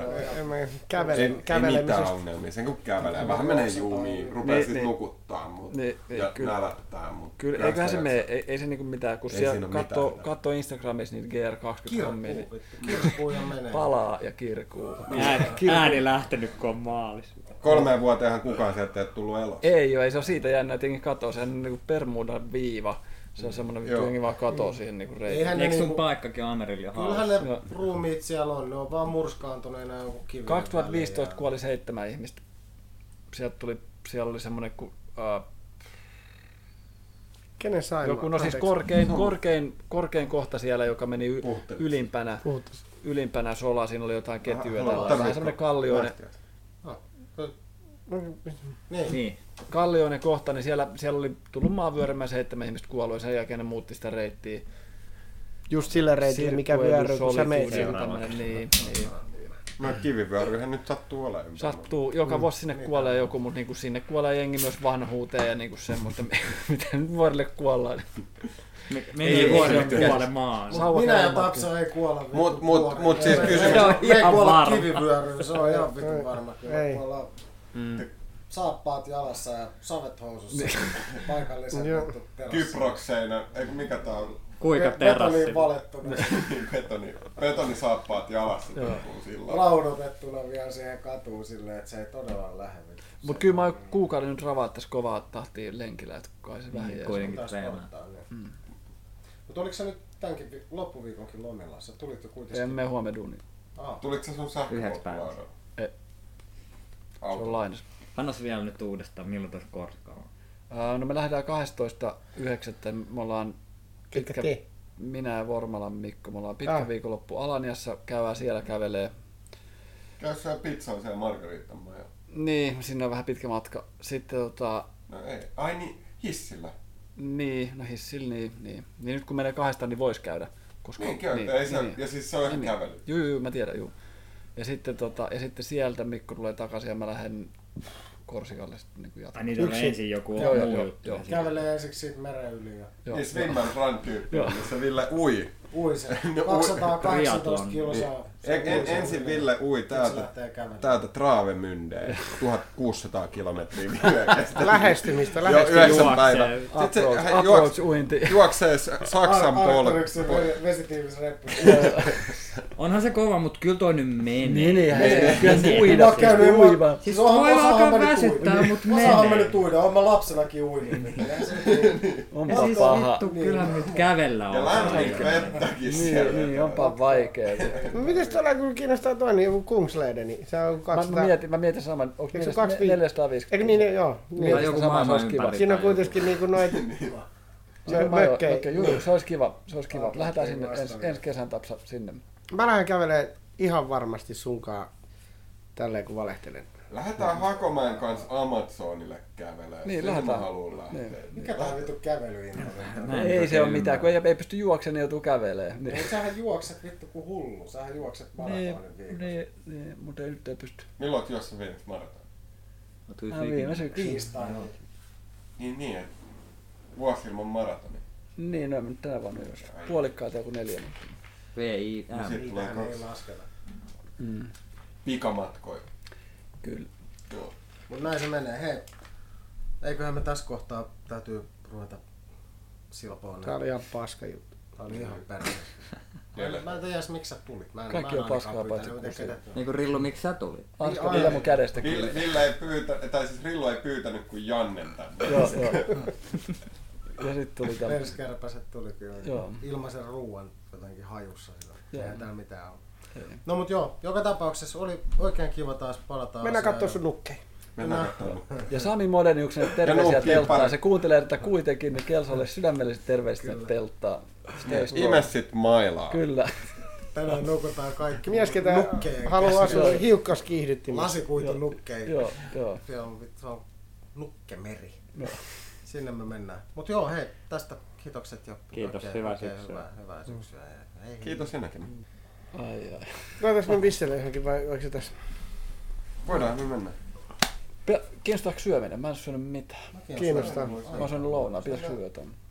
Ei mitään ongelmia, sen kun kävelee. Vähän menee juumiin, rupeaa sit nukuttaa ja nälättää. Kyllä, eiköhän se mene, ei se niinku mitään, kun siellä katsoo Instagramissa niitä GR20-hommia. Kirkuu ja menee. Palaa ja kirkuu. Ääni lähtenyt, kun on maalis. 3 vuoteenhan kukaan sieltä ei tullut elossa. Ei se on siitä jännä, että jengi katoo, se on niinku Bermudan viiva. Se on semmoinen vittu, jengi vaan katoo siihen niinku reitiin. Eikö sun paikkakin Amerilla jo hauska? Kyllähän ne ruumiit siellä on, ne on vaan murskaantuneena jonkun kivien 2015 kuoli 7 ihmistä. Siellä oli semmoinen kenen sai? Joku, no siis korkein kohta siellä, joka meni ylimpänä solaa, siinä oli jotain ketjuja tällaisia. Semmoinen kallioinen. Niin. Kallioinen kohta, niin siellä oli tullut maanvyörymään 7 ihmistä kuollut ja sen jälkeen ne muutti sitä reittiä. Just sillä reitillä, mikä vyöryy, kun sä meet niin. No kivivyöryhän nyt sattuu olemaan. Sattuu, joka vuosi sinne kuolee joku, mutta niinku sinne kuolee jengi myös vanhuuteen ja niinku semmoista, mitä nyt vuorille kuollaan. Ei vuorille kuolemaan. Minä ja Tapsa ei kuolla. Mut siis kysymys. Me ei kuolla kivivyöryyn, se on ihan vitun varma. Ei. saappaat jalassa ja savet housussa. Paikalliset Kyprokseina, eikö mikä tää on? Kuinka terassi? Betoniin valettuna. Betonisaappaat jalassa sillä. Raudotettuna vielä siihen katuun silleen, että se ei todella lähde. Mut kyllä mä oon kuukauden nyt ravaattaisi kovaa tahtiin lenkillä, että kai se vähän jees. Kuitenkin treenaa. Mut oliko sä nyt tämänkin loppuviikonkin lomilla? Sä tulit jo kuitenkin. En mene huomenna duuniin. Tulitko sä sun sähköpolttoaidoon? Ei. Se on lainas. Annas vielä nyt uudestaan, milloin tässä Korsika on? No me lähdetään 12.9. Me ollaan minä ja Vormalan Mikko, me ollaan pitkä viikonloppu Alaniassa, käydään siellä kävelee. Käy siellä pizzaa siellä Margaritan maja. Niin, sinne on vähän pitkä matka. Sitten No ei, ai niin, hissillä. Niin, no hissillä niin. Niin nyt kun menee kahdestaan, niin vois käydä. Koska, niin käy, ei se, ja siis se on ihan kävely. Juu, mä tiedän, juu. Ja sitten sieltä Mikko tulee takaisin ja mä lähden Korsikalle sitten niin jatkaa. Ai niitä on ensin joku muu juttu. Kävelee ensiksi siitä meren yli. Niin Swim and Run -tyyppi, missä Ville ui. Ui se. 218 kilsaa. Ensin Ville ui täältä Travemündeen 1600 kilometriä vyökästä. Lähestymistä, jo 9 päivää. Approach-uinti. Juoksee Saksan polku. Vesitiivisreppu. Onhan se kova, mutta kyllä toi nyt menee. Niin, kyllä se uida. Siis voi alkaa väsyttää, mut menee. Osahan mennyt uida, oon mä lapsenakin uinut. Onpa siis paha. vittu, kyllähän nyt kävellä on. Ja lämmin vettäkin siellä. Niin, onpa vaikea. Mites tuolla kun kiinnostaa toinen joku Kungslede, niin se on 200... Mä mietin saman, onko se 450? Eikö niin, joo. Niin, joku maailman ympäri. Siinä on kuitenkin niinku noit... Joo, se olisi kiva. Lähdetään sinne ensi kesän tapsa sinne. Mä lähden kävelee ihan varmasti sunkaan tälleen kun valehtelen. Lähdetään Hakomäen kanssa Amazonille kävelemään. Niin, lähdetään. Mikä tää vittu kävelyinto? Ei se ole mitään, kun ei pysty juoksemaan, niin joutuu kävelemään. Niin. Sähän juokset vittu kuin hullu. Sähän juokset maratonin viikossa. Niin, mutta nyt ei pysty. Milloin oot juossa viimeksi maraton? Viime syksynä. Tiistaina. Niin. Vuosi ilman maratoni. Niin, no nyt tänä vuonna jos. Puolikkaat joku 4. VIM. Sitten tulee Ei lasketa. pikamatkoja. Kyllä. Joo. Mut näin se menee. Hei, eiköhän me tässä kohtaa täytyy ruveta silpoon. Tää oli ihan paska juttu. Tää oli ihan perseestä. Mä en tiedä miksi sä tulit. Kaikki on paskaa paitsi Niinku Rillu, miksi sä tulit? Arska vielä mun kädestä kyllä. Rillo ei pyytänyt kuin Jannen tänne. Joo. Ja sit tuli tämmönen. Perskärpäset tuli kyllä. Joo. Ilmaisen ruuan jotenkin hajussa sillä. Eihän täällä mitään ole. Ei. No mut joo, joka tapauksessa oli oikein kiva taas palata. Mennään kattoo sun nukkeen. Mennään katsomaan. Ja Sami Modeniuksen terveisiä telttaa. Se kuuntelee tätä kuitenkin, niin Kelsolle sydämelliset terveiset telttaa. Ime sit mailaa. Kyllä. Tänään nukutaan kaikki. Mies, ketä haluaa asua hiukkas kiihdyttimessä. Lasikuitu nukkeen. Joo. Se on nukkemeri. No. Sinne me mennään. Mut joo, hei, tästä kiitokset jo. Kiitos, hyvää syksyä. Hyvää syksyä. Hei. Kiitos sinäkin. Ai. Voitais me Visselle johonkin vai oliko se tässä? Voidaan me mennä. Kiinnostaako syöminen? Mä en syönyt mitään. Kiinnostaa. Mä oon syönyt lounaa, pitäis syödä jotain.